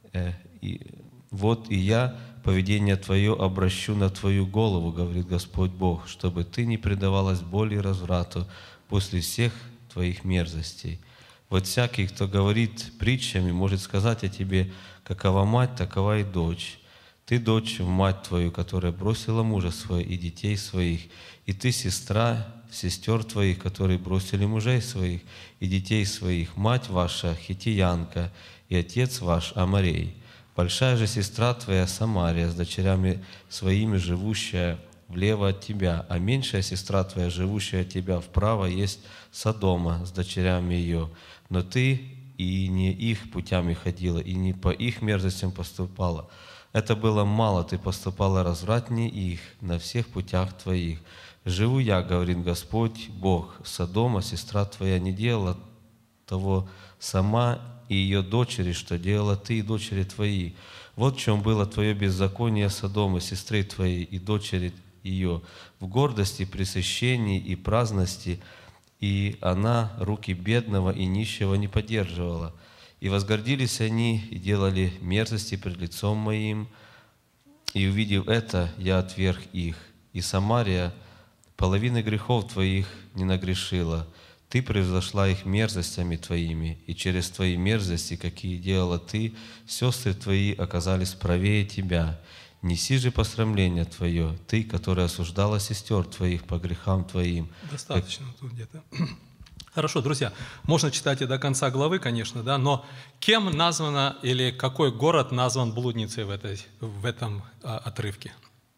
Э, и, «Вот и я поведение Твое обращу на Твою голову, говорит Господь Бог, чтобы Ты не предавалась боли и разврату после всех Твоих мерзостей. Вот всякий, кто говорит притчами, может сказать о тебе, какова мать, такова и дочь. Ты дочь в мать твою, которая бросила мужа своего и детей своих, и ты сестра сестер твоих, которые бросили мужей своих и детей своих. Мать ваша хитиянка, и отец ваш Аморей. Большая же сестра твоя Самария, с дочерями своими живущая влево от тебя, а меньшая сестра твоя, живущая от тебя вправо, есть Содома с дочерями ее. Но ты и не их путями ходила, и не по их мерзостям поступала. Это было мало, ты поступала развратнее их на всех путях твоих. Живу я, говорит Господь Бог, Содома, сестра твоя, не делала того сама, и ее дочери, что делала ты и дочери твои. Вот в чем было твое беззаконие Содомы, сестры твоей и дочери ее, в гордости, пресыщении и праздности, и она руки бедного и нищего не поддерживала. И возгордились они, и делали мерзости пред лицом моим, и, увидев это, я отверг их. И Самария половины грехов твоих не нагрешила. Ты превзошла их мерзостями твоими, и через твои мерзости, какие делала ты, сестры твои оказались правее тебя. Неси же посрамление твое, ты, которая осуждала сестер твоих по грехам твоим». Достаточно тут где-то. Хорошо, друзья, можно читать и до конца главы, конечно, да, но кем названа или какой город назван блудницей в, этой, в этом а, отрывке?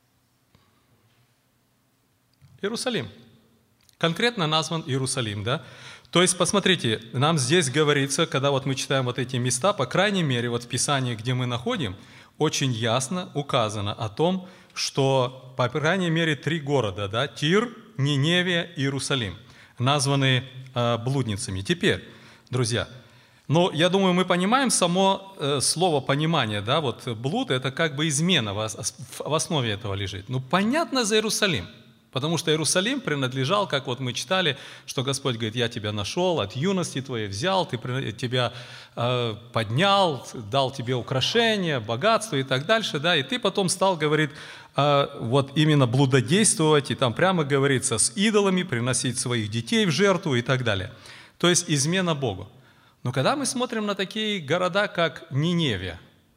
Иерусалим. Конкретно назван Иерусалим, да? То есть, посмотрите, нам здесь говорится, когда вот мы читаем вот эти места, по крайней мере, вот в Писании, где мы находим, очень ясно указано о том, что, по крайней мере, три города, да, Тир, Ниневия и Иерусалим, названы э, блудницами. Теперь, друзья, но я думаю, мы понимаем само э, слово понимание, да, вот блуд – это как бы измена, в, в основе этого лежит. Ну, понятно за Иерусалим. Потому что Иерусалим принадлежал, как вот мы читали, что Господь говорит: «Я тебя нашел, от юности твоей взял, ты, тебя э, поднял, дал тебе украшения, богатство» и так дальше, да, и ты потом стал, говорит, э, вот именно блудодействовать, и там прямо говорится, с идолами, приносить своих детей в жертву и так далее. То есть измена Богу. Но когда мы смотрим на такие города, как Ниневия,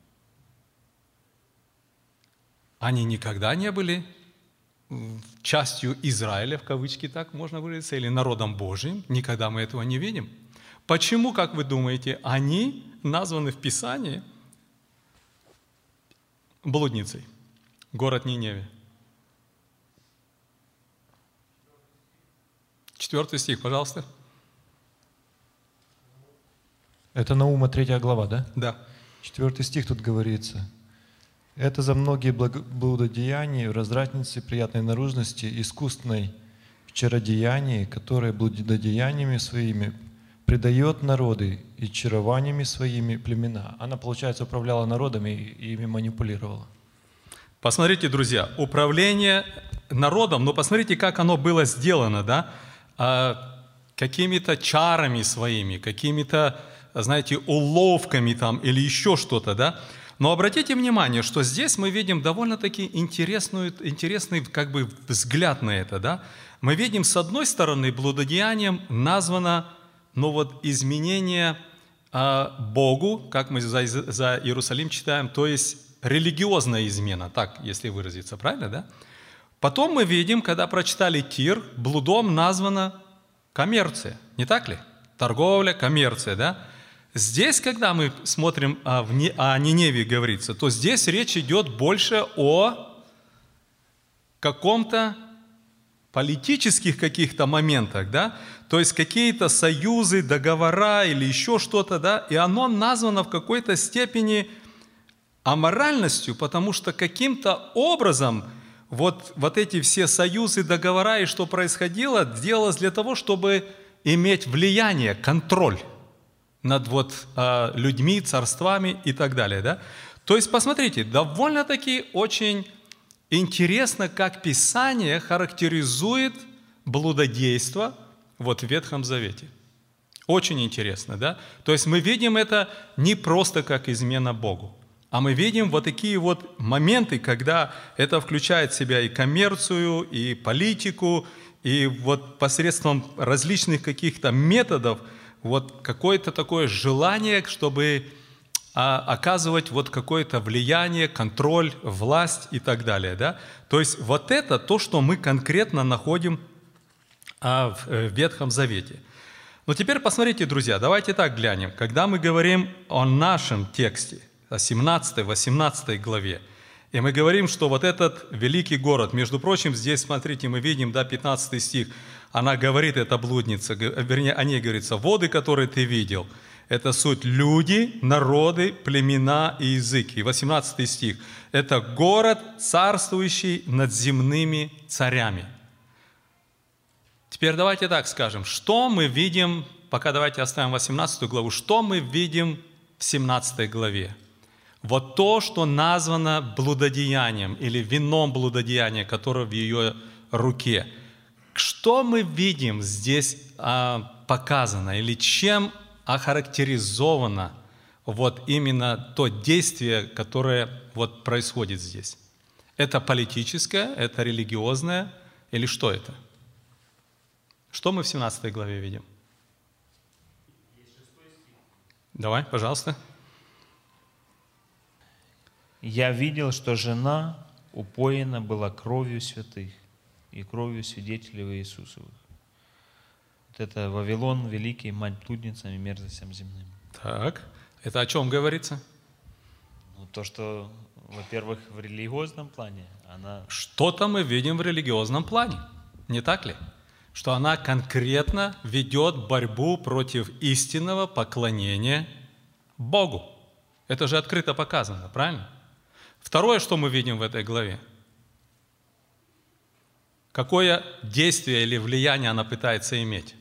они никогда не были частью Израиля, в кавычки так можно выразиться, или народом Божьим. Никогда мы этого не видим. Почему, как вы думаете, они названы в Писании блудницей? Город Ниневия. Четвертый стих, пожалуйста. Это Наума третья глава, да? Да. Четвертый стих тут говорится: «Это за многие блудодеяния, развратницы приятной наружности, искусной в чародеянии, которые блудодеяниями своими предает народы и чарованиями своими племена». Она, получается, управляла народами и ими манипулировала. Посмотрите, друзья, управление народом, но посмотрите, как оно было сделано, да? А, какими-то чарами своими, какими-то, знаете, уловками там или еще что-то, да? Но обратите внимание, что здесь мы видим довольно-таки интересную, интересный как бы взгляд на это. Да? Мы видим, с одной стороны, блудодеянием названо ну, вот, изменение а, Богу, как мы за, за Иерусалим читаем, то есть религиозная измена, так, если выразиться, правильно? Да? Потом мы видим, когда прочитали Тир, блудом названа коммерция, не так ли? Торговля, коммерция, да? Здесь, когда мы смотрим о, о Ниневии, говорится, то здесь речь идет больше о каком-то политических каких-то моментах, да? То есть какие-то союзы, договора или еще что-то, да? И оно названо в какой-то степени аморальностью, потому что каким-то образом вот, вот эти все союзы, договора и что происходило, делалось для того, чтобы иметь влияние, контроль над вот, э, людьми, царствами и так далее. Да? То есть, посмотрите, довольно-таки очень интересно, как Писание характеризует блудодейство вот, в Ветхом Завете. Очень интересно, да? То есть мы видим это не просто как измена Богу. А мы видим вот такие вот моменты, когда это включает в себя и коммерцию, и политику, и вот посредством различных каких-то методов вот какое-то такое желание, чтобы а, оказывать вот какое-то влияние, контроль, власть и так далее. Да? То есть вот это то, что мы конкретно находим а, в, в Ветхом Завете. Но теперь посмотрите, друзья, давайте так глянем. Когда мы говорим о нашем тексте, о семнадцатой-восемнадцатой главе, и мы говорим, что вот этот великий город, между прочим, здесь, смотрите, мы видим, да, пятнадцатый стих, она говорит, эта блудница, вернее, о ней говорится, воды, которые ты видел, это суть люди, народы, племена и языки. И восемнадцатый стих, это город, царствующий над земными царями. Теперь давайте так скажем, что мы видим, пока давайте оставим восемнадцатую главу, что мы видим в семнадцатой главе? Вот то, что названо блудодеянием или вином блудодеяния, которое в ее руке. Что мы видим здесь а, показано или чем охарактеризовано вот именно то действие, которое вот происходит здесь? Это политическое, это религиозное или что это? Что мы в семнадцатой главе видим? Давай, пожалуйста. «Я видел, что жена упоена была кровью святых и кровью свидетелей Иисусовых». Вот это Вавилон, великий, мать блудницам и мерзостям земным. Так, это о чем говорится? Ну, то, что, во-первых, в религиозном плане она... Что-то мы видим в религиозном плане, не так ли? Что она конкретно ведет борьбу против истинного поклонения Богу. Это же открыто показано, правильно? Второе, что мы видим в этой главе. Какое действие или влияние она пытается иметь?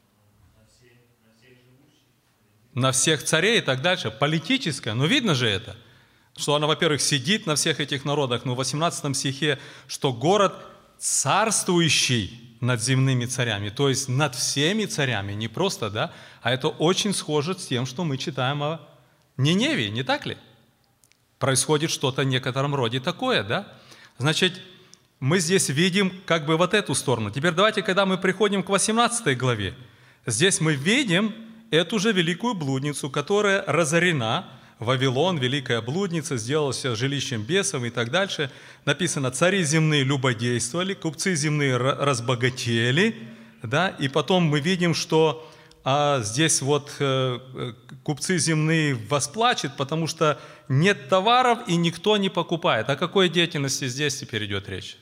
На всех царей и так дальше. Политическое. Но видно же это. Что она, во-первых, сидит на всех этих народах. Но в восемнадцатом стихе, что город царствующий над земными царями. То есть над всеми царями. Не просто, да? А это очень схоже с тем, что мы читаем о Ниневии. Не так ли? Происходит что-то в некотором роде такое, да? Значит, мы здесь видим как бы вот эту сторону. Теперь давайте, когда мы приходим к восемнадцатой главе, здесь мы видим эту же великую блудницу, которая разорена. Вавилон, великая блудница, сделалась жилищем бесов и так дальше. Написано, цари земные любодействовали, купцы земные разбогатели, да? И потом мы видим, что а здесь вот э, купцы земные восплачут, потому что нет товаров и никто не покупает. О какой деятельности здесь теперь идет речь?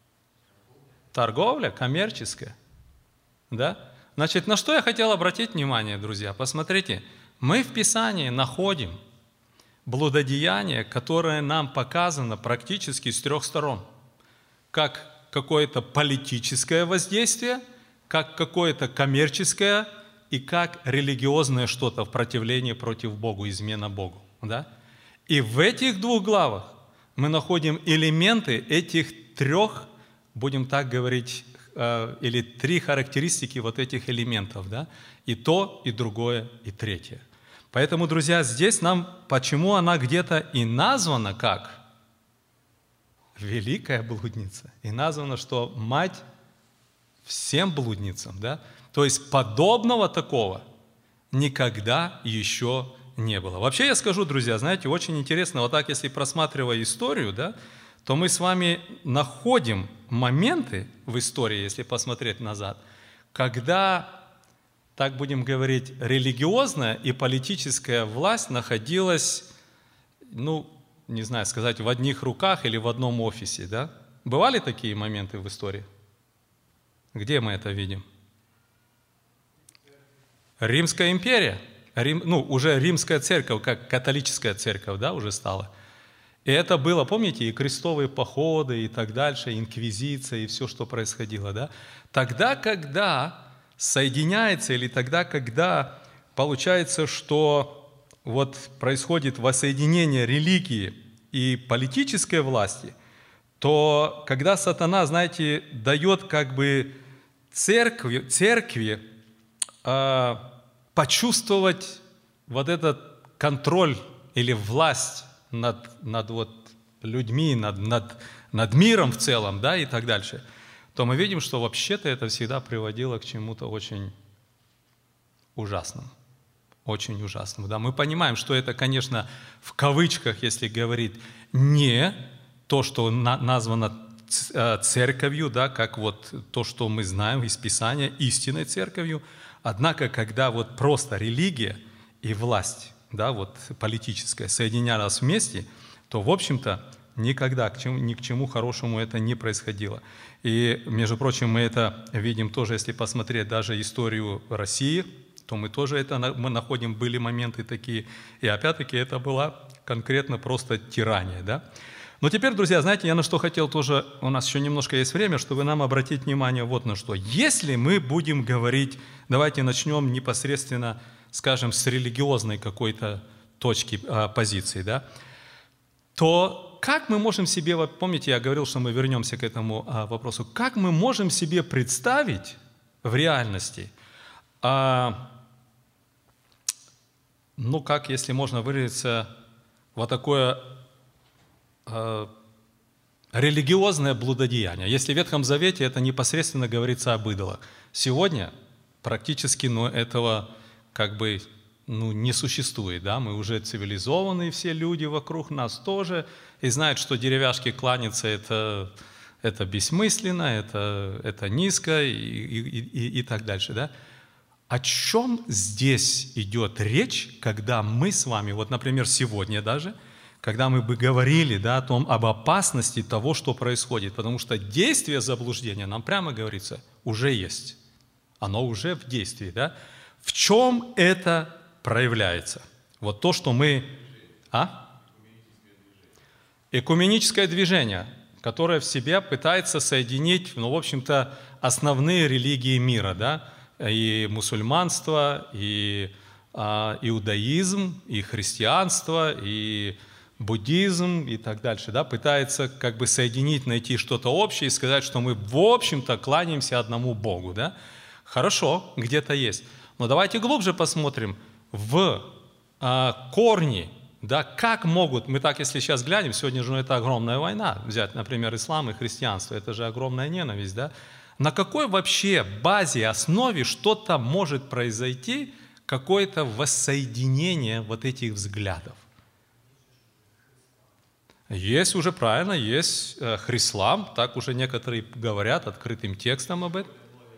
Торговля, коммерческая. Да? Значит, на что я хотел обратить внимание, друзья? Посмотрите, мы в Писании находим блудодеяние, которое нам показано практически с трех сторон. Как какое-то политическое воздействие, как какое-то коммерческое и как религиозное что-то в противлении против Богу, измена Богу. Да? И в этих двух главах мы находим элементы этих трех, будем так говорить, э, или три характеристики вот этих элементов. Да? И то, и другое, и третье. Поэтому, друзья, здесь нам, почему она где-то и названа как великая блудница, и названа, что мать всем блудницам, да? То есть подобного такого никогда еще не было. Вообще я скажу, друзья, знаете, очень интересно, вот так, если просматривая историю, да, то мы с вами находим моменты в истории, если посмотреть назад, когда, так будем говорить, религиозная и политическая власть находилась, ну, не знаю, сказать, в одних руках или в одном офисе, да? Бывали такие моменты в истории? Где мы это видим? Римская империя, Рим, ну, уже римская церковь, как католическая церковь, да, уже стала. И это было, помните, и крестовые походы, и так дальше, инквизиция, и все, что происходило, да? Тогда, когда соединяется, или тогда, когда получается, что вот происходит воссоединение религии и политической власти, то когда сатана, знаете, дает как бы церкви, церкви э, почувствовать вот этот контроль или власть над, над вот людьми, над, над, над миром в целом, да, и так дальше, то мы видим, что вообще-то это всегда приводило к чему-то очень ужасному. Очень ужасному. Да? Мы понимаем, что это, конечно, в кавычках, если говорить, не то, что на, названо церковью, да, как вот то, что мы знаем из Писания, истинной церковью. Однако, когда вот просто религия и власть, да, вот политическая, соединялась вместе, то, в общем-то, никогда к чему, ни к чему хорошему это не происходило. И, между прочим, мы это видим тоже, если посмотреть даже историю России, то мы тоже это мы находим, были моменты такие. И опять-таки это была конкретно просто тирания, да. Но теперь, друзья, знаете, я на что хотел тоже, у нас еще немножко есть время, чтобы нам обратить внимание вот на что. Если мы будем говорить, давайте начнем непосредственно, скажем, с религиозной какой-то точки, а, позиции, да, то как мы можем себе, вот помните, я говорил, что мы вернемся к этому а, вопросу, как мы можем себе представить в реальности, а, ну, как, если можно выразиться, вот такое а, религиозное блудодеяние. Если в Ветхом Завете это непосредственно говорится об идолах. Сегодня практически, ну, этого как бы, ну, не существует, да, мы уже цивилизованные все люди вокруг нас тоже, и знают, что деревяшке кланяться это, это бессмысленно, это, это низко и, и, и, и так дальше, да. О чем здесь идет речь, когда мы с вами, вот, например, сегодня даже, когда мы бы говорили, да, о том, об опасности того, что происходит, потому что действие заблуждения, нам прямо говорится, уже есть, оно уже в действии, да. В чем это проявляется? Вот то, что мы... А? Экуменическое движение, которое в себе пытается соединить, ну, в общем-то, основные религии мира, да, и мусульманство, и а, иудаизм, и христианство, и буддизм, и так дальше, да, пытается как бы соединить, найти что-то общее и сказать, что мы, в общем-то, кланяемся одному Богу, да. Хорошо, где-то есть. Но давайте глубже посмотрим в а, корни, да, как могут, мы так, если сейчас глянем, сегодня же это огромная война, взять, например, ислам и христианство, это же огромная ненависть, да, на какой вообще базе, основе что-то может произойти, какое-то воссоединение вот этих взглядов? Есть уже, правильно, есть э, хрислам, так уже некоторые говорят открытым текстом об этом.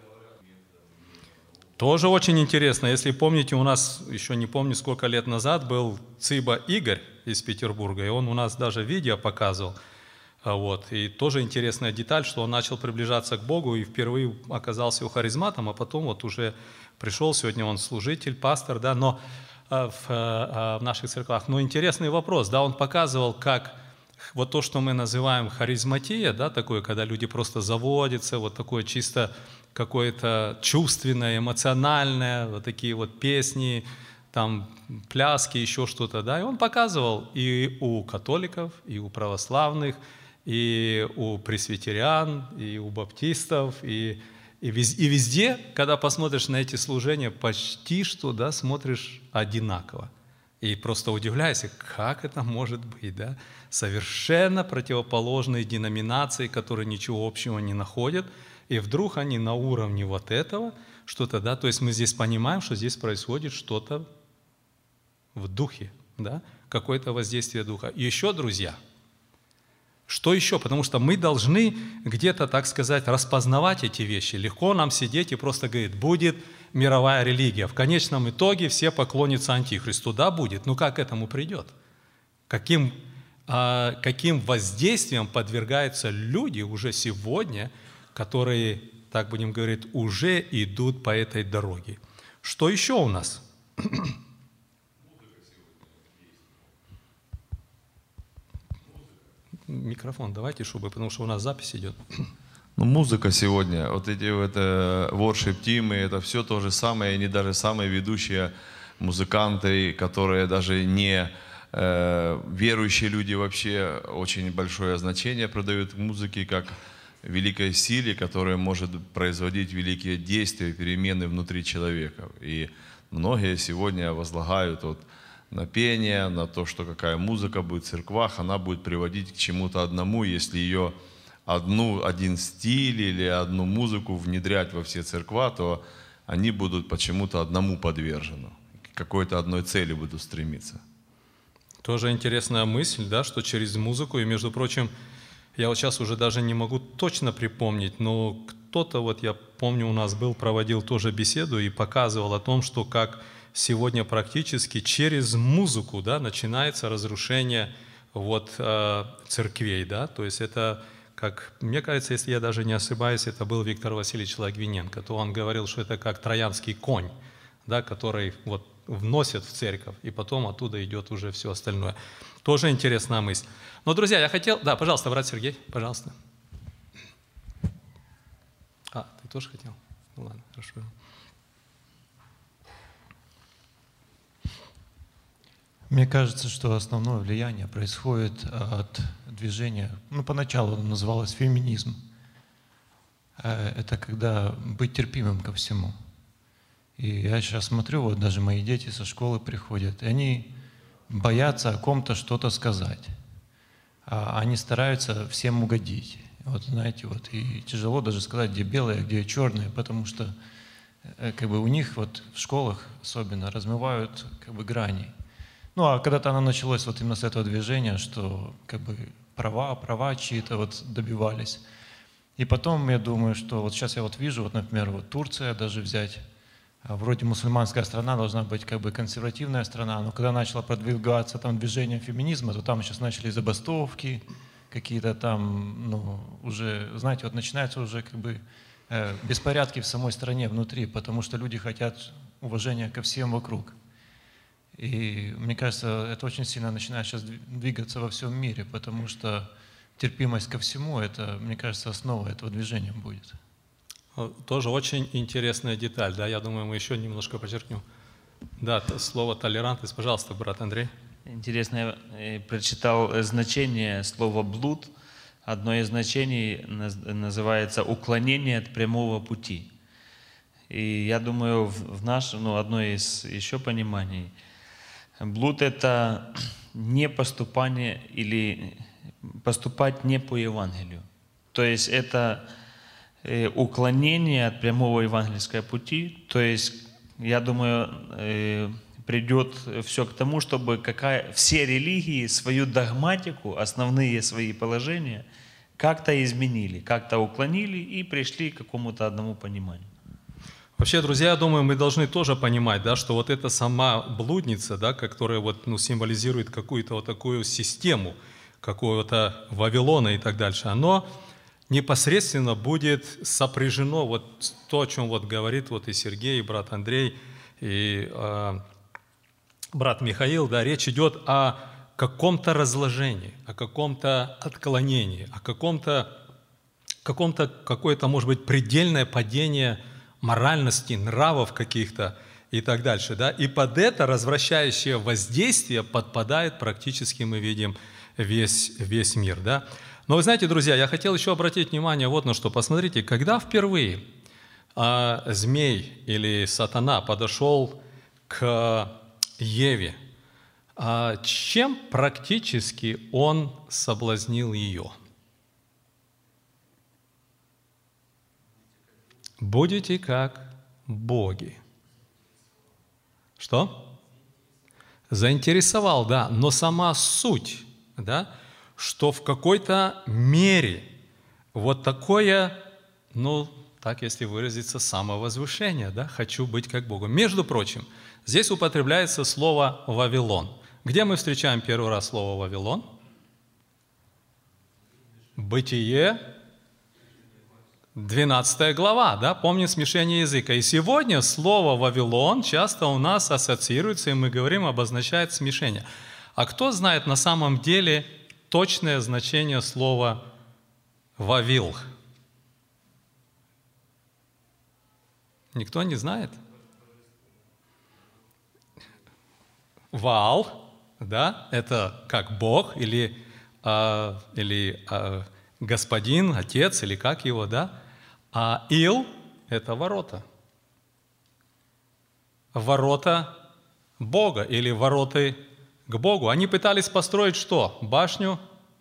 Тоже очень интересно. Если помните, у нас, еще не помню, сколько лет назад был Циба Игорь из Петербурга, и он у нас даже видео показывал. Вот. И тоже интересная деталь, что он начал приближаться к Богу и впервые оказался у харизматом, а потом вот уже пришел, сегодня он служитель, пастор, да, но в, в наших церквах. Но интересный вопрос, да, он показывал, как вот то, что мы называем харизматия, да, такое, когда люди просто заводятся, вот такое чисто какое-то чувственное, эмоциональное, вот такие вот песни, там пляски, еще что-то, да, и он показывал и у католиков, и у православных, и у пресвитериан, и у баптистов, и, и, везде, и везде, когда посмотришь на эти служения, почти что, да, смотришь одинаково. И просто удивляешься, как это может быть, да? Совершенно противоположные деноминации, которые ничего общего не находят, и вдруг они на уровне вот этого, что-то, да, то есть мы здесь понимаем, что здесь происходит что-то в духе, да, какое-то воздействие духа. И еще, друзья, что еще? Потому что мы должны где-то, так сказать, распознавать эти вещи. Легко нам сидеть и просто говорить, будет мировая религия. В конечном итоге все поклонятся Антихристу. Да, будет. Но как к этому придет? Каким, а, каким воздействием подвергаются люди уже сегодня, которые, так будем говорить, уже идут по этой дороге? Что еще у нас? Микрофон давайте, чтобы, потому что у нас запись идет. Ну, музыка сегодня, вот эти вот э, воршип-тимы, это все то же самое, они даже самые ведущие музыканты, которые даже не э, верующие люди вообще очень большое значение придают музыке как великой силе, которая может производить великие действия, перемены внутри человека. И многие сегодня возлагают вот на пение, на то, что какая музыка будет в церквах, она будет приводить к чему-то одному, если ее одну, один стиль или одну музыку внедрять во все церква, то они будут почему-то одному подвержены, к какой-то одной цели будут стремиться. Тоже интересная мысль, да, что через музыку, и, между прочим, я вот сейчас уже даже не могу точно припомнить, но кто-то, вот я помню, у нас был, проводил тоже беседу и показывал о том, что как сегодня практически через музыку, да, начинается разрушение вот, э, церквей, да, то есть это, как мне кажется, если я даже не ошибаюсь, это был Виктор Васильевич Логвиненко, то он говорил, что это как троянский конь, да, который вот вносят в церковь, и потом оттуда идет уже все остальное. Тоже интересная мысль. Но, друзья, я хотел... Да, пожалуйста, брат Сергей, пожалуйста. А, ты тоже хотел? Ну ладно, хорошо. Мне кажется, что основное влияние происходит от движения, ну, поначалу оно называлось феминизм. Это когда быть терпимым ко всему. И я сейчас смотрю, вот даже мои дети со школы приходят, и они боятся о ком-то что-то сказать. А они стараются всем угодить. Вот знаете, вот и тяжело даже сказать, где белое, где черное, потому что как бы у них вот в школах особенно размывают как бы грани. Ну а когда-то оно началось вот именно с этого движения, что как бы права, права чьи-то вот добивались. И потом я думаю, что вот сейчас я вот вижу, вот, например, вот Турция даже взять, вроде мусульманская страна должна быть как бы консервативная страна, но когда начало продвигаться там движение феминизма, то там сейчас начали забастовки, какие-то там, ну, уже, знаете, вот начинаются уже как бы э, беспорядки в самой стране внутри, потому что люди хотят уважения ко всем вокруг. И мне кажется, это очень сильно начинает сейчас двигаться во всем мире, потому что терпимость ко всему, это, мне кажется, основа этого движения будет. Тоже очень интересная деталь, да, я думаю, мы еще немножко подчеркнем. Да, слово толерантность, пожалуйста, брат Андрей. Интересно, я прочитал значение слова «блуд». Одно из значений называется «уклонение от прямого пути». И я думаю, в нашем, ну, одно из еще пониманий, блуд — это не поступание или поступать не по Евангелию. То есть это уклонение от прямого евангельского пути, то есть, я думаю, придет все к тому, чтобы какая, все религии свою догматику, основные свои положения как-то изменили, как-то уклонили и пришли к какому-то одному пониманию. Вообще, друзья, я думаю, мы должны тоже понимать, да, что вот эта сама блудница, да, которая вот, ну, символизирует какую-то вот такую систему, какого-то Вавилона и так дальше, оно непосредственно будет сопряжено вот то, о чем вот говорит вот и Сергей, и брат Андрей, и э, брат Михаил, да, речь идет о каком-то разложении, о каком-то отклонении, о каком-то, каком-то какое-то, может быть, предельное падение моральности, нравов каких-то и так дальше, да, и под это развращающее воздействие подпадает практически, мы видим, весь, весь мир, да. Но вы знаете, друзья, я хотел еще обратить внимание вот на что. Посмотрите, когда впервые а, змей или сатана подошел к Еве, а, чем практически он соблазнил ее? Будете как боги. Что? Заинтересовал, да, но сама суть, да, что в какой-то мере вот такое, ну, так если выразиться, самовозвышение, да, хочу быть как Богом. Между прочим, здесь употребляется слово «Вавилон». Где мы встречаем первый раз слово «Вавилон»? Бытие, двенадцатая глава, да, помним смешение языка. И сегодня слово «Вавилон» часто у нас ассоциируется, и мы говорим, обозначает смешение. А кто знает на самом деле точное значение слова «Вавил»? Никто не знает? Ваал, да, это как Бог или, а, или а, господин, отец, или как его, да? А Ил – это ворота. Ворота Бога или вороты к Богу. Они пытались построить что? Башню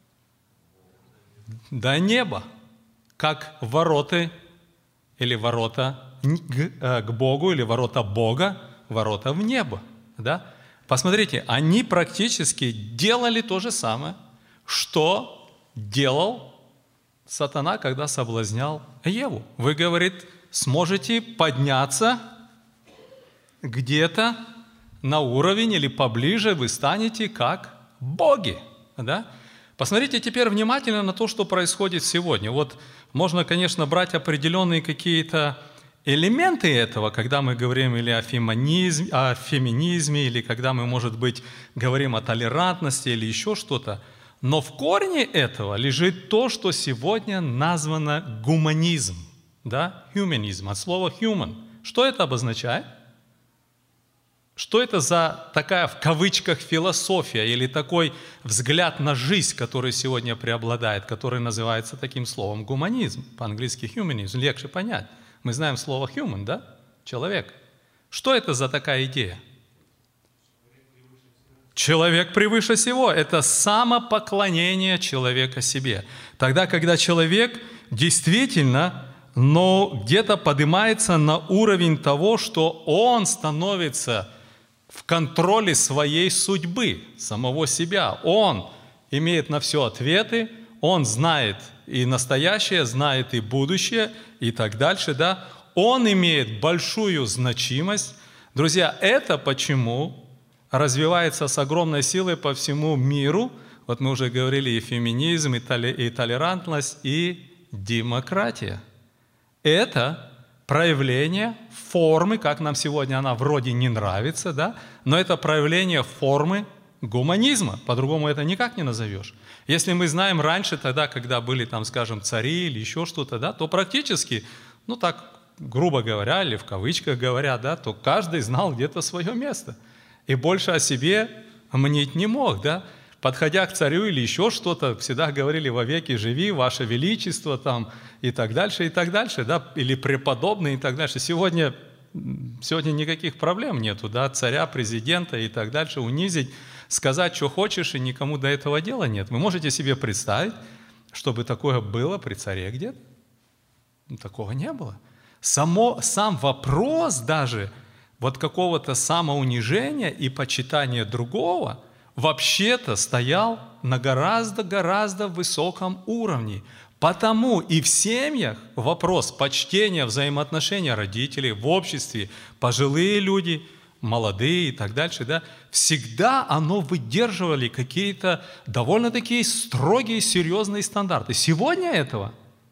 до неба, как вороты или ворота к Богу, или ворота Бога, ворота в небо. Да? Посмотрите, они практически делали то же самое, что делал сатана, когда соблазнял Еву. Вы, говорит, сможете подняться где-то на уровень или поближе, вы станете как боги. Да? Посмотрите теперь внимательно на то, что происходит сегодня. Вот можно, конечно, брать определенные какие-то элементы этого, когда мы говорим или о феминизме, о феминизме, или когда мы, может быть, говорим о толерантности или еще что-то. Но в корне этого лежит то, что сегодня названо гуманизм. Да? Humanism, от слова human. Что это обозначает? Что это за такая, в кавычках, философия или такой взгляд на жизнь, который сегодня преобладает, который называется таким словом гуманизм, по-английски humanism, легче понять. Мы знаем слово human, да? Человек. Что это за такая идея? Человек превыше всего. Это самопоклонение человека себе. Тогда, когда человек действительно, но где-то поднимается на уровень того, что он становится в контроле своей судьбы, самого себя. Он имеет на все ответы, он знает и настоящее, знает и будущее, и так дальше, да. Он имеет большую значимость. Друзья, это почему развивается с огромной силой по всему миру. Вот мы уже говорили и феминизм, и толерантность, и демократия. Это проявление формы, как нам сегодня она вроде не нравится, да, но это проявление формы гуманизма. По-другому это никак не назовешь. Если мы знаем раньше, тогда, когда были, там, скажем, цари или еще что-то, да, то практически, ну так, грубо говоря, или в кавычках говоря, да, то каждый знал где-то свое место. И больше о себе мнить не мог, да. Подходя к царю или еще что-то, всегда говорили: «Вовеки живи, Ваше Величество», там, и так дальше, и так дальше, да, или «преподобный», и так дальше. Сегодня, сегодня никаких проблем нету, да, царя, президента и так дальше унизить, сказать, что хочешь, и никому до этого дела нет. Вы можете себе представить, чтобы такое было при царе где-то? Такого не было. Само, сам вопрос даже вот какого-то самоунижения и почитания другого вообще-то стоял на гораздо-гораздо высоком уровне. Потому и в семьях вопрос почтения, взаимоотношения родителей, в обществе, пожилые люди, молодые и так дальше, да, всегда оно выдерживали какие-то довольно такие строгие, серьезные стандарты. Сегодня этого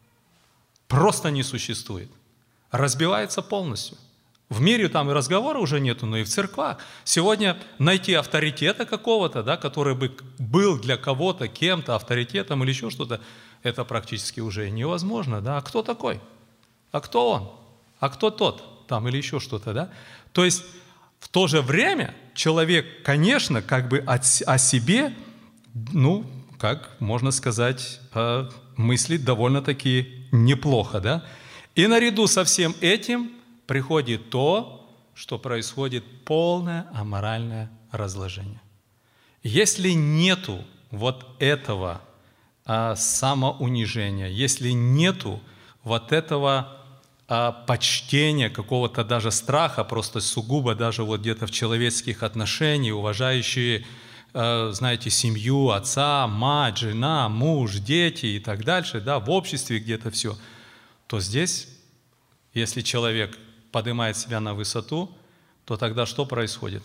просто не существует. Разбивается полностью. В мире там и разговора уже нету, но и в церквах. Сегодня найти авторитета какого-то, да, который бы был для кого-то, кем-то авторитетом или еще что-то, это практически уже невозможно. Да? А кто такой? А кто он? А кто тот? Там или еще что-то. Да? То есть в то же время человек, конечно, как бы о себе, ну, как можно сказать, мыслит довольно-таки неплохо. Да? И наряду со всем этим приходит то, что происходит полное аморальное разложение. Если нету вот этого а, самоунижения, если нету вот этого а, почтения, какого-то даже страха, просто сугубо даже вот где-то в человеческих отношениях, уважающие, а, знаете, семью, отца, мать, жена, муж, дети и так дальше, да, в обществе где-то все, то здесь, если человек поднимает себя на высоту, то тогда что происходит?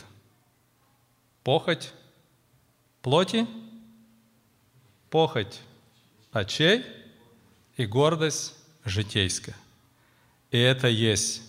Похоть плоти, похоть очей и гордость житейская. И это есть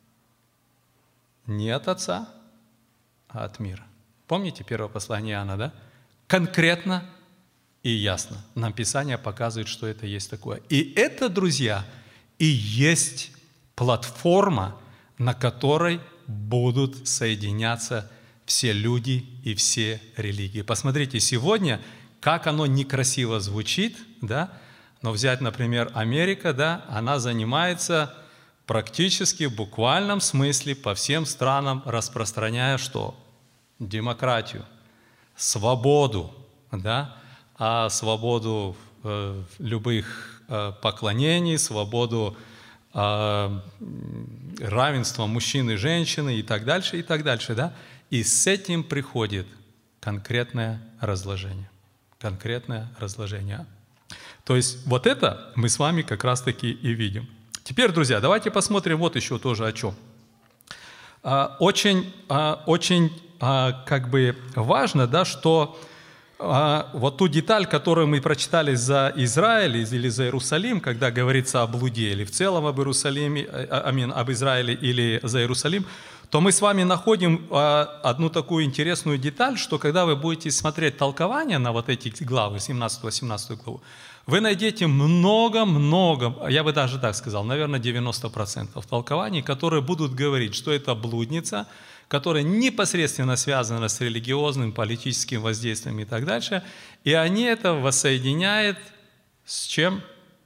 не от Отца, а от мира. Помните первое послание Иоанна, да? Конкретно и ясно. Нам Писание показывает, что это есть такое. И это, друзья, и есть платформа, на которой будут соединяться все люди и все религии. Посмотрите, сегодня, как оно некрасиво звучит, да? Но взять, например, Америка, да, она занимается практически в буквальном смысле по всем странам, распространяя что? демократию, свободу, да, а свободу э, любых э, поклонений, свободу э, равенства мужчин и женщины и так дальше, и так дальше, да. И с этим приходит конкретное разложение. Конкретное разложение. То есть вот это мы с вами как раз-таки и видим. Теперь, друзья, давайте посмотрим вот еще тоже о чем. Очень, очень как бы важно, да, что вот ту деталь, которую мы прочитали за Израиль или за Иерусалим, когда говорится о блуде, или в целом об Иерусалиме, амин, об Израиле или за Иерусалим, то мы с вами находим одну такую интересную деталь, что когда вы будете смотреть толкование на вот эти главы, семнадцатую-восемнадцатую главу, вы найдете много-много, я бы даже так сказал, наверное, девяносто процентов толкований, которые будут говорить, что это блудница, которая непосредственно связана с религиозным, политическим воздействием и так дальше, и они это воссоединяют с чем?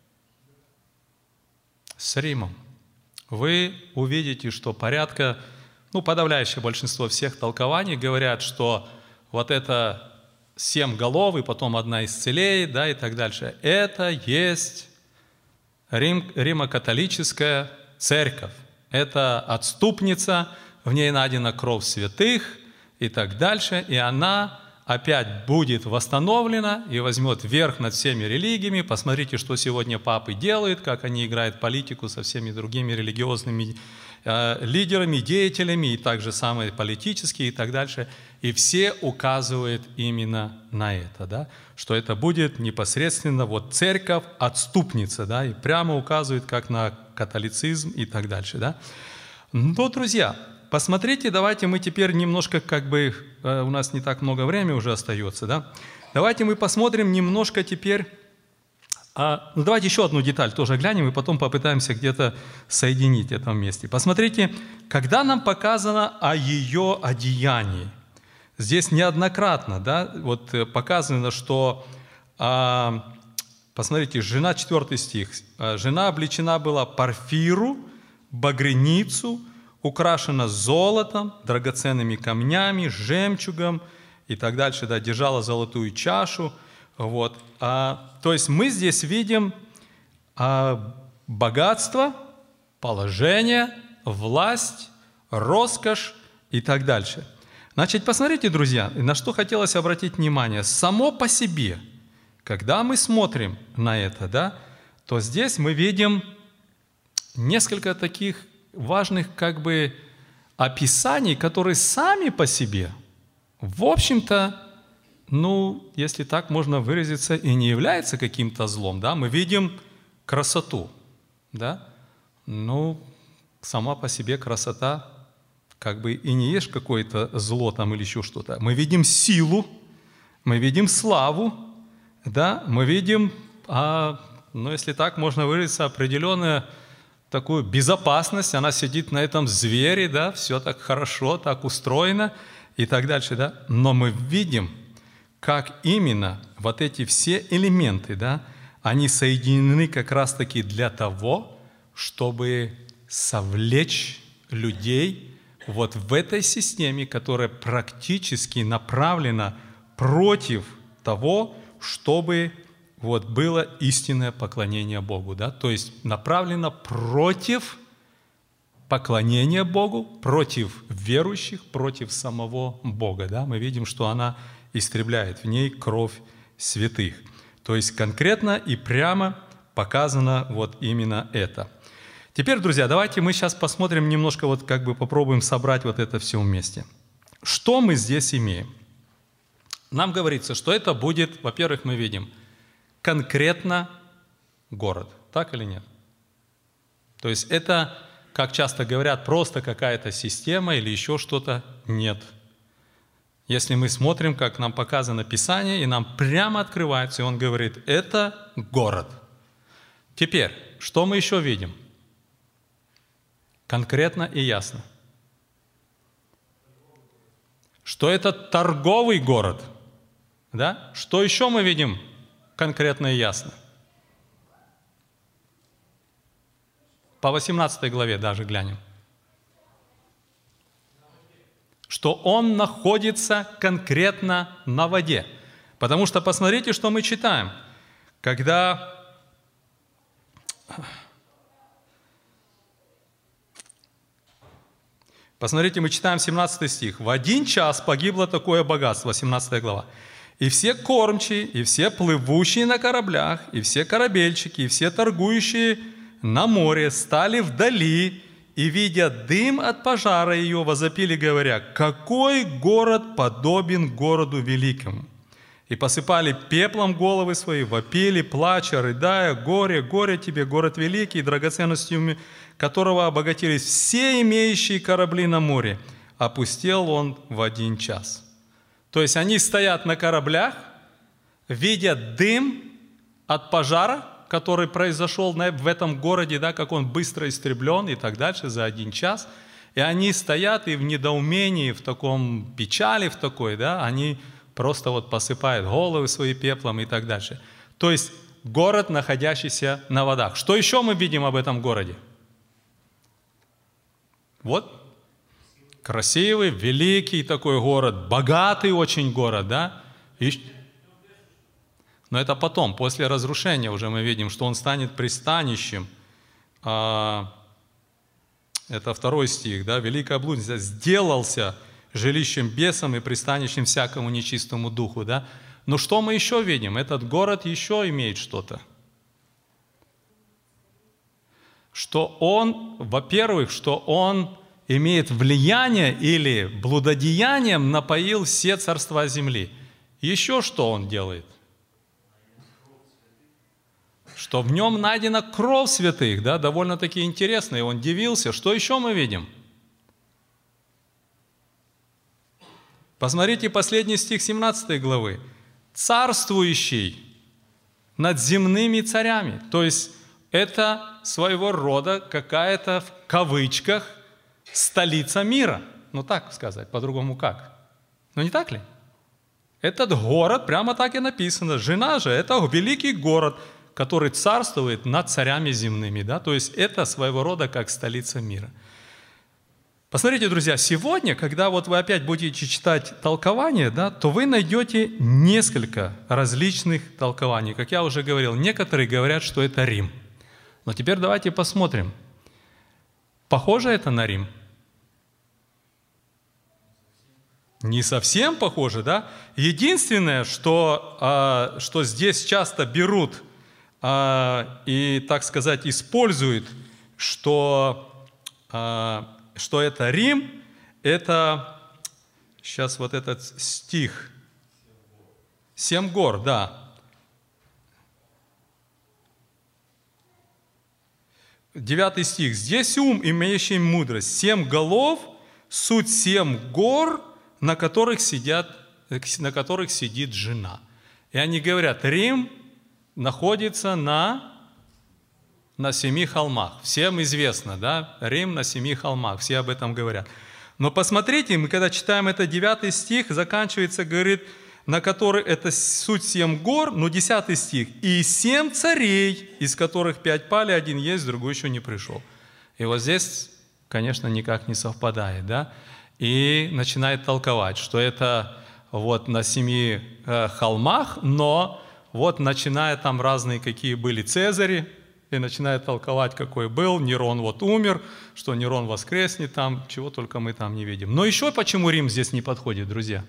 С Римом. Вы увидите, что порядка, ну, подавляющее большинство всех толкований говорят, что вот это семь голов, и потом одна исцелеет, да, и так дальше. Это есть Рим, Римо-католическая церковь. Это отступница, в ней найдена кровь святых и так дальше, и она опять будет восстановлена и возьмет верх над всеми религиями. Посмотрите, что сегодня папы делают, как они играют политику со всеми другими религиозными э, лидерами, деятелями, и также самые политические и так дальше. И все указывают именно на это, да, что это будет непосредственно вот церковь отступница, да, и прямо указывает как на католицизм и так дальше, да. Но, друзья, посмотрите, давайте мы теперь немножко, как бы, э, у нас не так много времени уже остается, да, давайте мы посмотрим немножко теперь, а, ну, давайте еще одну деталь тоже глянем и потом попытаемся где-то соединить это вместе. Посмотрите, когда нам показано о ее одеянии, здесь неоднократно, да, вот показано, что, а, посмотрите, жена, четвертый стих, жена облечена была парфиру, багряницу, украшена золотом, драгоценными камнями, жемчугом и так дальше, да, держала золотую чашу, вот. А, то есть мы здесь видим а, богатство, положение, власть, роскошь и так дальше. Значит, посмотрите, друзья, на что хотелось обратить внимание. Само по себе, когда мы смотрим на это, да, то здесь мы видим несколько таких важных как бы описаний, которые сами по себе, в общем-то, ну, если так можно выразиться, и не являются каким-то злом, да, мы видим красоту, да, ну, сама по себе красота как бы и не есть какое-то зло там или еще что-то. Мы видим силу, мы видим славу, да, мы видим, а, ну, если так можно выразиться, определенную такую безопасность, она сидит на этом звере, да, все так хорошо, так устроено и так дальше, да. Но мы видим, как именно вот эти все элементы, да, они соединены как раз-таки для того, чтобы совлечь людей вот в этой системе, которая практически направлена против того, чтобы вот было истинное поклонение Богу, да, то есть направлено против поклонения Богу, против верующих, против самого Бога, да, мы видим, что она истребляет в ней кровь святых. То есть конкретно и прямо показано вот именно это. Теперь, друзья, давайте мы сейчас посмотрим немножко, вот как бы попробуем собрать вот это все вместе. Что мы здесь имеем? Нам говорится, что это будет, во-первых, мы видим конкретно город. Так или нет? То есть это, как часто говорят, просто какая-то система или еще что-то? Нет. Если мы смотрим, как нам показано Писание, и нам прямо открывается, и он говорит, это город. Теперь, что мы еще видим? Конкретно и ясно. Что это торговый город. Да? Что еще мы видим конкретно и ясно? По восемнадцатой главе даже глянем. что он находится конкретно на воде. Потому что посмотрите, что мы читаем. Когда Посмотрите, мы читаем семнадцатый стих. «В один час погибло такое богатство», семнадцатая глава. «И все кормчие, и все плывущие на кораблях, и все корабельщики, и все торгующие на море стали вдали, и, видя дым от пожара ее, возопили, говоря: какой город подобен городу великому? И посыпали пеплом головы свои, вопили, плача, рыдая: горе, горе тебе, город великий, драгоценностями которого обогатились все имеющие корабли на море. Опустел он в один час». То есть они стоят на кораблях, видят дым от пожара, который произошел в этом городе, да, как он быстро истреблен и так дальше за один час. И они стоят и в недоумении, в таком печали, в такой, да, они просто вот посыпают головы свои пеплом и так дальше. То есть город, находящийся на водах. Что еще мы видим об этом городе? Вот красивый, великий такой город, богатый очень город, да? И... Но это потом, после разрушения уже мы видим, что он станет пристанищем. А... Это второй стих, да? «Великая блудница сделался жилищем бесом и пристанищем всякому нечистому духу», да? Но что мы еще видим? Этот город еще имеет что-то. Что он, во-первых, что он имеет влияние или блудодеянием напоил все царства земли. Еще что он делает? Что в нем найдена кровь святых, да, довольно-таки интересно, и он дивился. Что еще мы видим? Посмотрите последний стих семнадцатой главы. «Царствующий над земными царями». То есть это своего рода какая-то, в кавычках, столица мира. Ну так сказать, по-другому как? Ну не так ли? Этот город, прямо так и написано. Жена же – это великий город, который царствует над царями земными. Да? То есть это своего рода как столица мира. Посмотрите, друзья, сегодня, когда вот вы опять будете читать толкование, да, то вы найдете несколько различных толкований. Как я уже говорил, некоторые говорят, что это Рим. Но теперь давайте посмотрим. Похоже это на Рим? Не совсем похоже, да? Единственное, что, а, что здесь часто берут а, и, так сказать, используют, что, а, что это Рим, это, сейчас вот этот стих, «Семь гор», да. Девятый стих. «Здесь ум, имеющий мудрость, семь голов, суть семь гор, на которых, сидят, на которых сидит жена». И они говорят, Рим находится на, на семи холмах. Всем известно, да? Рим на семи холмах, все об этом говорят. Но посмотрите, мы когда читаем это девятый стих, заканчивается, говорит, на который это суть семь гор, но десятый стих, «И семь царей, из которых пять пали, один есть, другой еще не пришел». И вот здесь, конечно, никак не совпадает, да? И начинает толковать, что это вот на семи э, холмах, но вот начиная там разные, какие были цезари, и начинает толковать, какой был, Нерон вот умер, что Нерон воскреснет там, чего только мы там не видим. Но еще почему Рим здесь не подходит, друзья?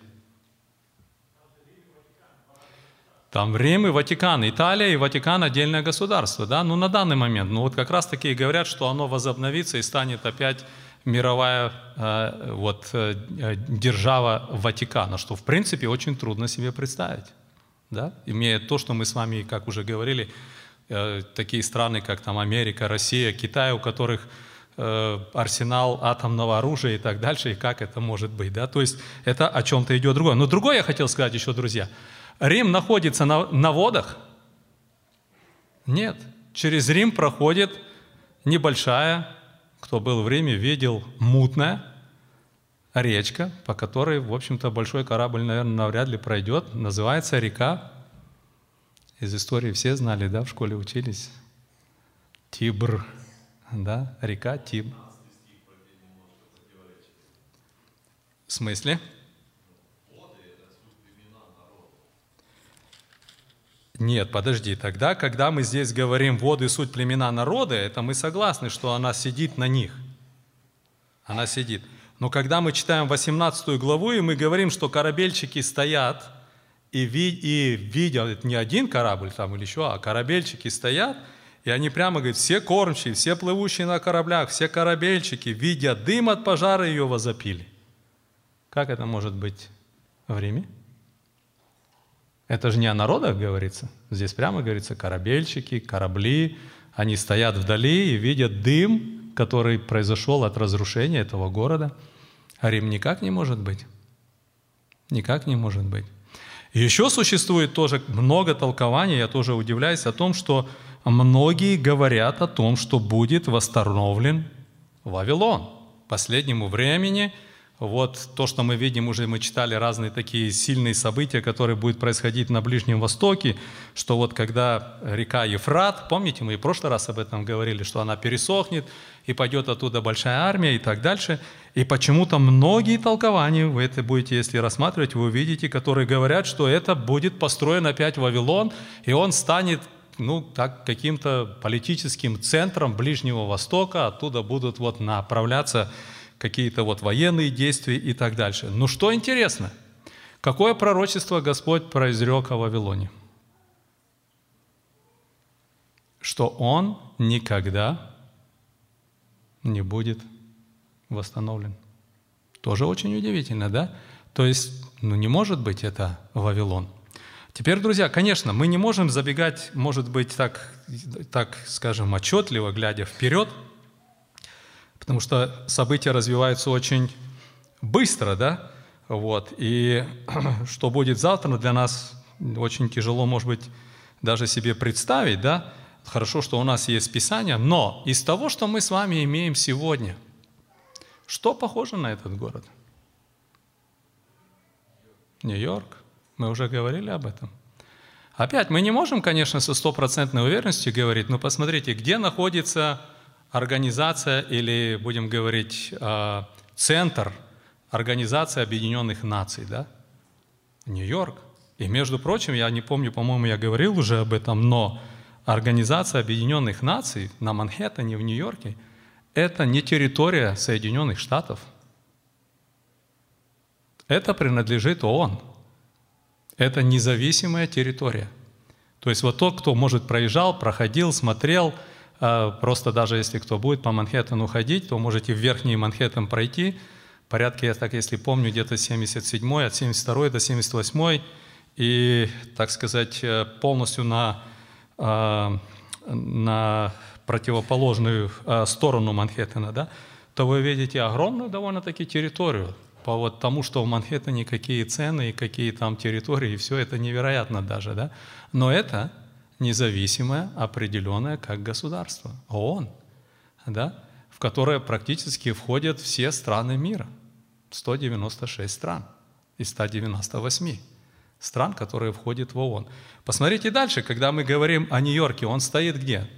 Там Рим и Ватикан, Италия и Ватикан отдельное государство, да, ну на данный момент, ну вот как раз таки говорят, что оно возобновится и станет опять мировая э, вот, э, держава Ватикана, что в принципе очень трудно себе представить, да, имея то, что мы с вами, как уже говорили, э, такие страны, как там Америка, Россия, Китай, у которых э, арсенал атомного оружия и так дальше, и как это может быть, да, то есть это о чем-то идет другое. Но другое я хотел сказать еще, друзья. Рим находится на, на водах? Нет. Через Рим проходит небольшая, кто был в Риме, видел, мутная речка, по которой, в общем-то, большой корабль, наверное, навряд ли пройдет. Называется река. Из истории все знали, да, в школе учились. Тибр. Да, река Тибр. В смысле? Нет, подожди, тогда, когда мы здесь говорим «воды суть племена народа», это мы согласны, что она сидит на них. Она сидит. Но когда мы читаем восемнадцатую главу, и мы говорим, что корабельчики стоят, и, ви, и видят не один корабль там или еще, а корабельчики стоят, и они прямо говорят, все кормчие, все плывущие на кораблях, все корабельчики, видя дым от пожара, ее возопили. Как это может быть в Риме? Это же не о народах говорится. Здесь прямо говорится корабельчики, корабли. Они стоят вдали и видят дым, который произошел от разрушения этого города. А Рим никак не может быть. Никак не может быть. И еще существует тоже много толкований. Я тоже удивляюсь о том, что многие говорят о том, что будет восстановлен Вавилон. К последнему времени вот то, что мы видим, уже мы читали разные такие сильные события, которые будут происходить на Ближнем Востоке, что вот когда река Ефрат, помните, мы и в прошлый раз об этом говорили, что она пересохнет, и пойдет оттуда большая армия и так дальше. И почему-то многие толкования, вы это будете, если рассматривать, вы увидите, которые говорят, что это будет построен опять Вавилон, и он станет, ну, так, каким-то политическим центром Ближнего Востока, оттуда будут вот направляться какие-то вот военные действия и так дальше. Но что интересно, какое пророчество Господь произрек о Вавилоне? Что он никогда не будет восстановлен. Тоже очень удивительно, да? То есть, ну не может быть это Вавилон. Теперь, друзья, конечно, мы не можем забегать, может быть, так, так скажем, отчетливо, глядя вперед, потому что события развиваются очень быстро, да, вот, и что будет завтра, для нас очень тяжело, может быть, даже себе представить, да, хорошо, что у нас есть Писание, но из того, что мы с вами имеем сегодня, что похоже на этот город? Нью-Йорк, мы уже говорили об этом. Опять, мы не можем, конечно, со стопроцентной уверенностью говорить, но посмотрите, где находится организация, или, будем говорить, центр Организации Объединенных Наций, да? Нью-Йорк. И, между прочим, я не помню, по-моему, я говорил уже об этом, но Организация Объединенных Наций на Манхэттене в Нью-Йорке – это не территория Соединенных Штатов. Это принадлежит ООН. Это независимая территория. То есть вот тот, кто, может, проезжал, проходил, смотрел, просто даже если кто будет по Манхэттену ходить, то можете в Верхний Манхэттен пройти. Порядка, я так если помню, где-то семьдесят седьмой, от семьдесят второй до семьдесят восьмой. И, так сказать, полностью на, на противоположную сторону Манхэттена, да, то вы видите огромную довольно-таки территорию. По вот тому, что в Манхэттене какие цены и какие там территории, и все это невероятно даже, да. Но это независимое, определенное как государство, ООН, да, в которое практически входят все страны мира. сто девяносто шесть стран из ста девяноста восьми стран, которые входят в ООН. Посмотрите дальше, когда мы говорим о Нью-Йорке, он стоит где?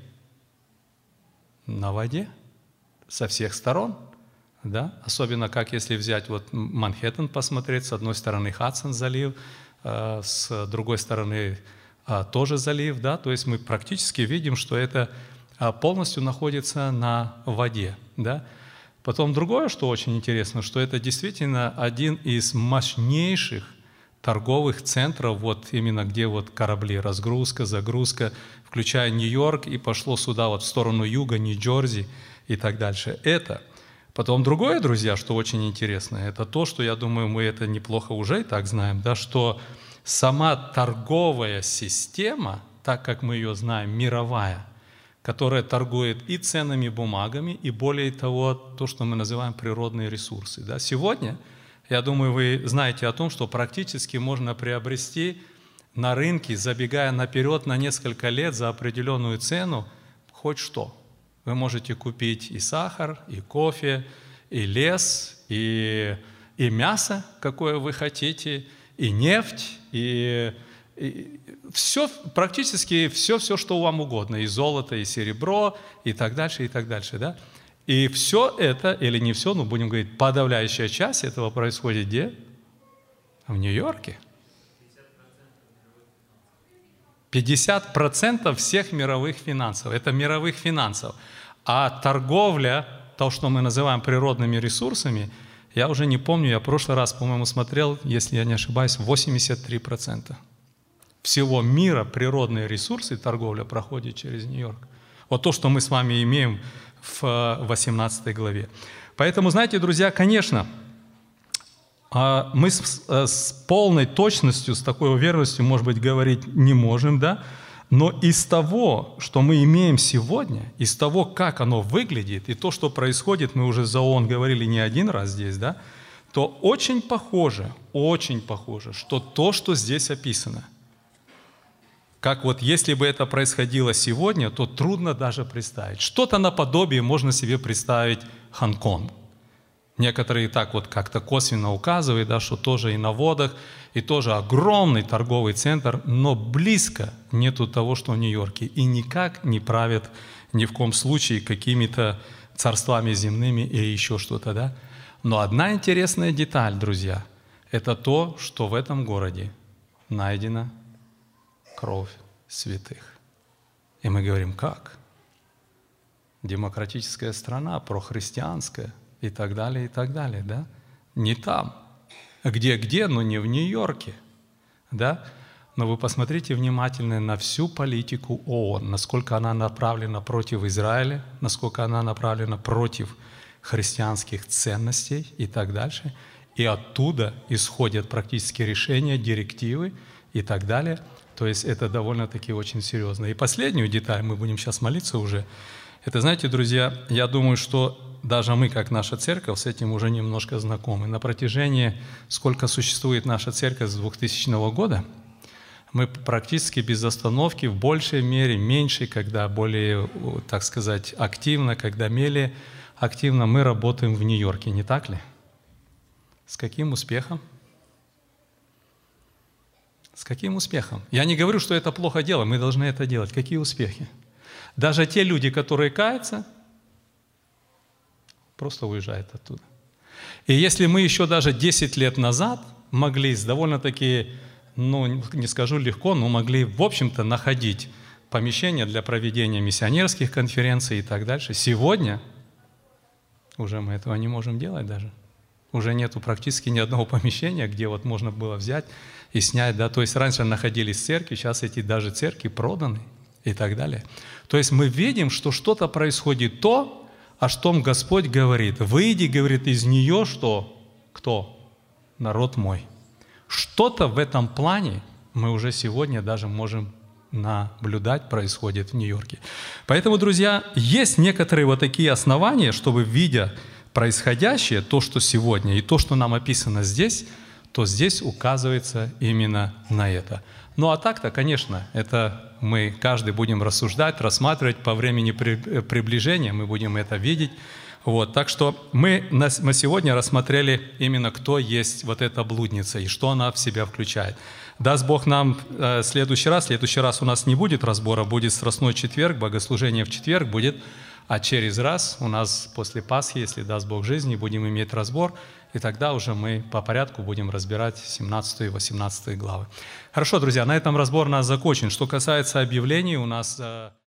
На воде, со всех сторон. Да? Особенно как если взять вот Манхэттен посмотреть, с одной стороны Хадсон залив, э, с другой стороны э, тоже залив, да? То есть мы практически видим, что это э, полностью находится на воде. Да? Потом другое, что очень интересно, что это действительно один из мощнейших торговых центров, вот именно где вот корабли, разгрузка, загрузка, включая Нью-Йорк, и пошло сюда вот в сторону юга, Нью-Джерси и так дальше. Это Потом другое, друзья, что очень интересно, это то, что, я думаю, мы это неплохо уже и так знаем, да, что сама торговая система, так как мы ее знаем, мировая, которая торгует и ценными бумагами, и более того, то, что мы называем природные ресурсы. Да. Сегодня, я думаю, вы знаете о том, что практически можно приобрести на рынке, забегая наперед на несколько лет за определенную цену, хоть что. Вы можете купить и сахар, и кофе, и лес, и, и мясо, какое вы хотите, и нефть, и, и все, практически все, все, что вам угодно, и золото, и серебро, и так дальше, и так дальше. Да? И все это, или не все, но будем говорить, подавляющая часть этого происходит где? В Нью-Йорке. пятьдесят процентов всех мировых финансов. Это мировых финансов. А торговля, то, что мы называем природными ресурсами, я уже не помню, я в прошлый раз, по-моему, смотрел, если я не ошибаюсь, восемьдесят три процента всего мира природные ресурсы, торговля проходит через Нью-Йорк. Вот то, что мы с вами имеем в восемнадцатой главе. Поэтому, знаете, друзья, конечно, мы с, с полной точностью, с такой уверенностью, может быть, говорить не можем, да? Но из того, что мы имеем сегодня, из того, как оно выглядит, и то, что происходит, мы уже за ООН говорили не один раз здесь, да? То очень похоже, очень похоже, что то, что здесь описано, как вот если бы это происходило сегодня, то трудно даже представить. Что-то наподобие можно себе представить Гонконг. Некоторые так вот как-то косвенно указывают, да, что тоже и на водах, и тоже огромный торговый центр, но близко нету того, что в Нью-Йорке. И никак не правят ни в коем случае какими-то царствами земными или еще что-то. Да? Но одна интересная деталь, друзья, это то, что в этом городе найдена кровь святых. И мы говорим, как? Демократическая страна, прохристианская. И так далее, и так далее, да? Не там. Где-где, но не в Нью-Йорке, да? Но вы посмотрите внимательно на всю политику ООН, насколько она направлена против Израиля, насколько она направлена против христианских ценностей и так дальше. И оттуда исходят практически решения, директивы и так далее. То есть это довольно-таки очень серьезно. И последнюю деталь, мы будем сейчас молиться уже. Это, знаете, друзья, я думаю, что даже мы, как наша церковь, с этим уже немножко знакомы. На протяжении, сколько существует наша церковь с двухтысячного года, мы практически без остановки, в большей мере, меньшей, когда более, так сказать, активно, когда менее активно, мы работаем в Нью-Йорке, не так ли? С каким успехом? С каким успехом? Я не говорю, что это плохо дело, мы должны это делать. Какие успехи? Даже те люди, которые каются, просто уезжают оттуда. И если мы еще даже десять лет назад могли с довольно-таки, ну, не скажу легко, но могли, в общем-то, находить помещения для проведения миссионерских конференций и так дальше, сегодня уже мы этого не можем делать даже. Уже нету практически ни одного помещения, где вот можно было взять и снять, да, то есть раньше находились церкви, сейчас эти даже церкви проданы и так далее. То есть мы видим, что что-то происходит то, о чем Господь говорит. Выйди, говорит, из нее, что? Кто? Народ мой. Что-то в этом плане мы уже сегодня даже можем наблюдать происходит в Нью-Йорке. Поэтому, друзья, есть некоторые вот такие основания, чтобы, видя происходящее, то, что сегодня, и то, что нам описано здесь, то здесь указывается именно на это. Ну а так-то, конечно, это мы каждый будем рассуждать, рассматривать по времени приближения, мы будем это видеть. Вот, так что мы, мы сегодня рассмотрели именно, кто есть вот эта блудница и что она в себя включает. Даст Бог нам э, следующий раз, в следующий раз у нас не будет разбора, будет Страстной четверг, богослужение в четверг будет, а через раз у нас после Пасхи, если даст Бог жизни, будем иметь разбор, и тогда уже мы по порядку будем разбирать семнадцатую и восемнадцатую главы. Хорошо, друзья, на этом разбор у нас закончен. Что касается объявлений, у нас...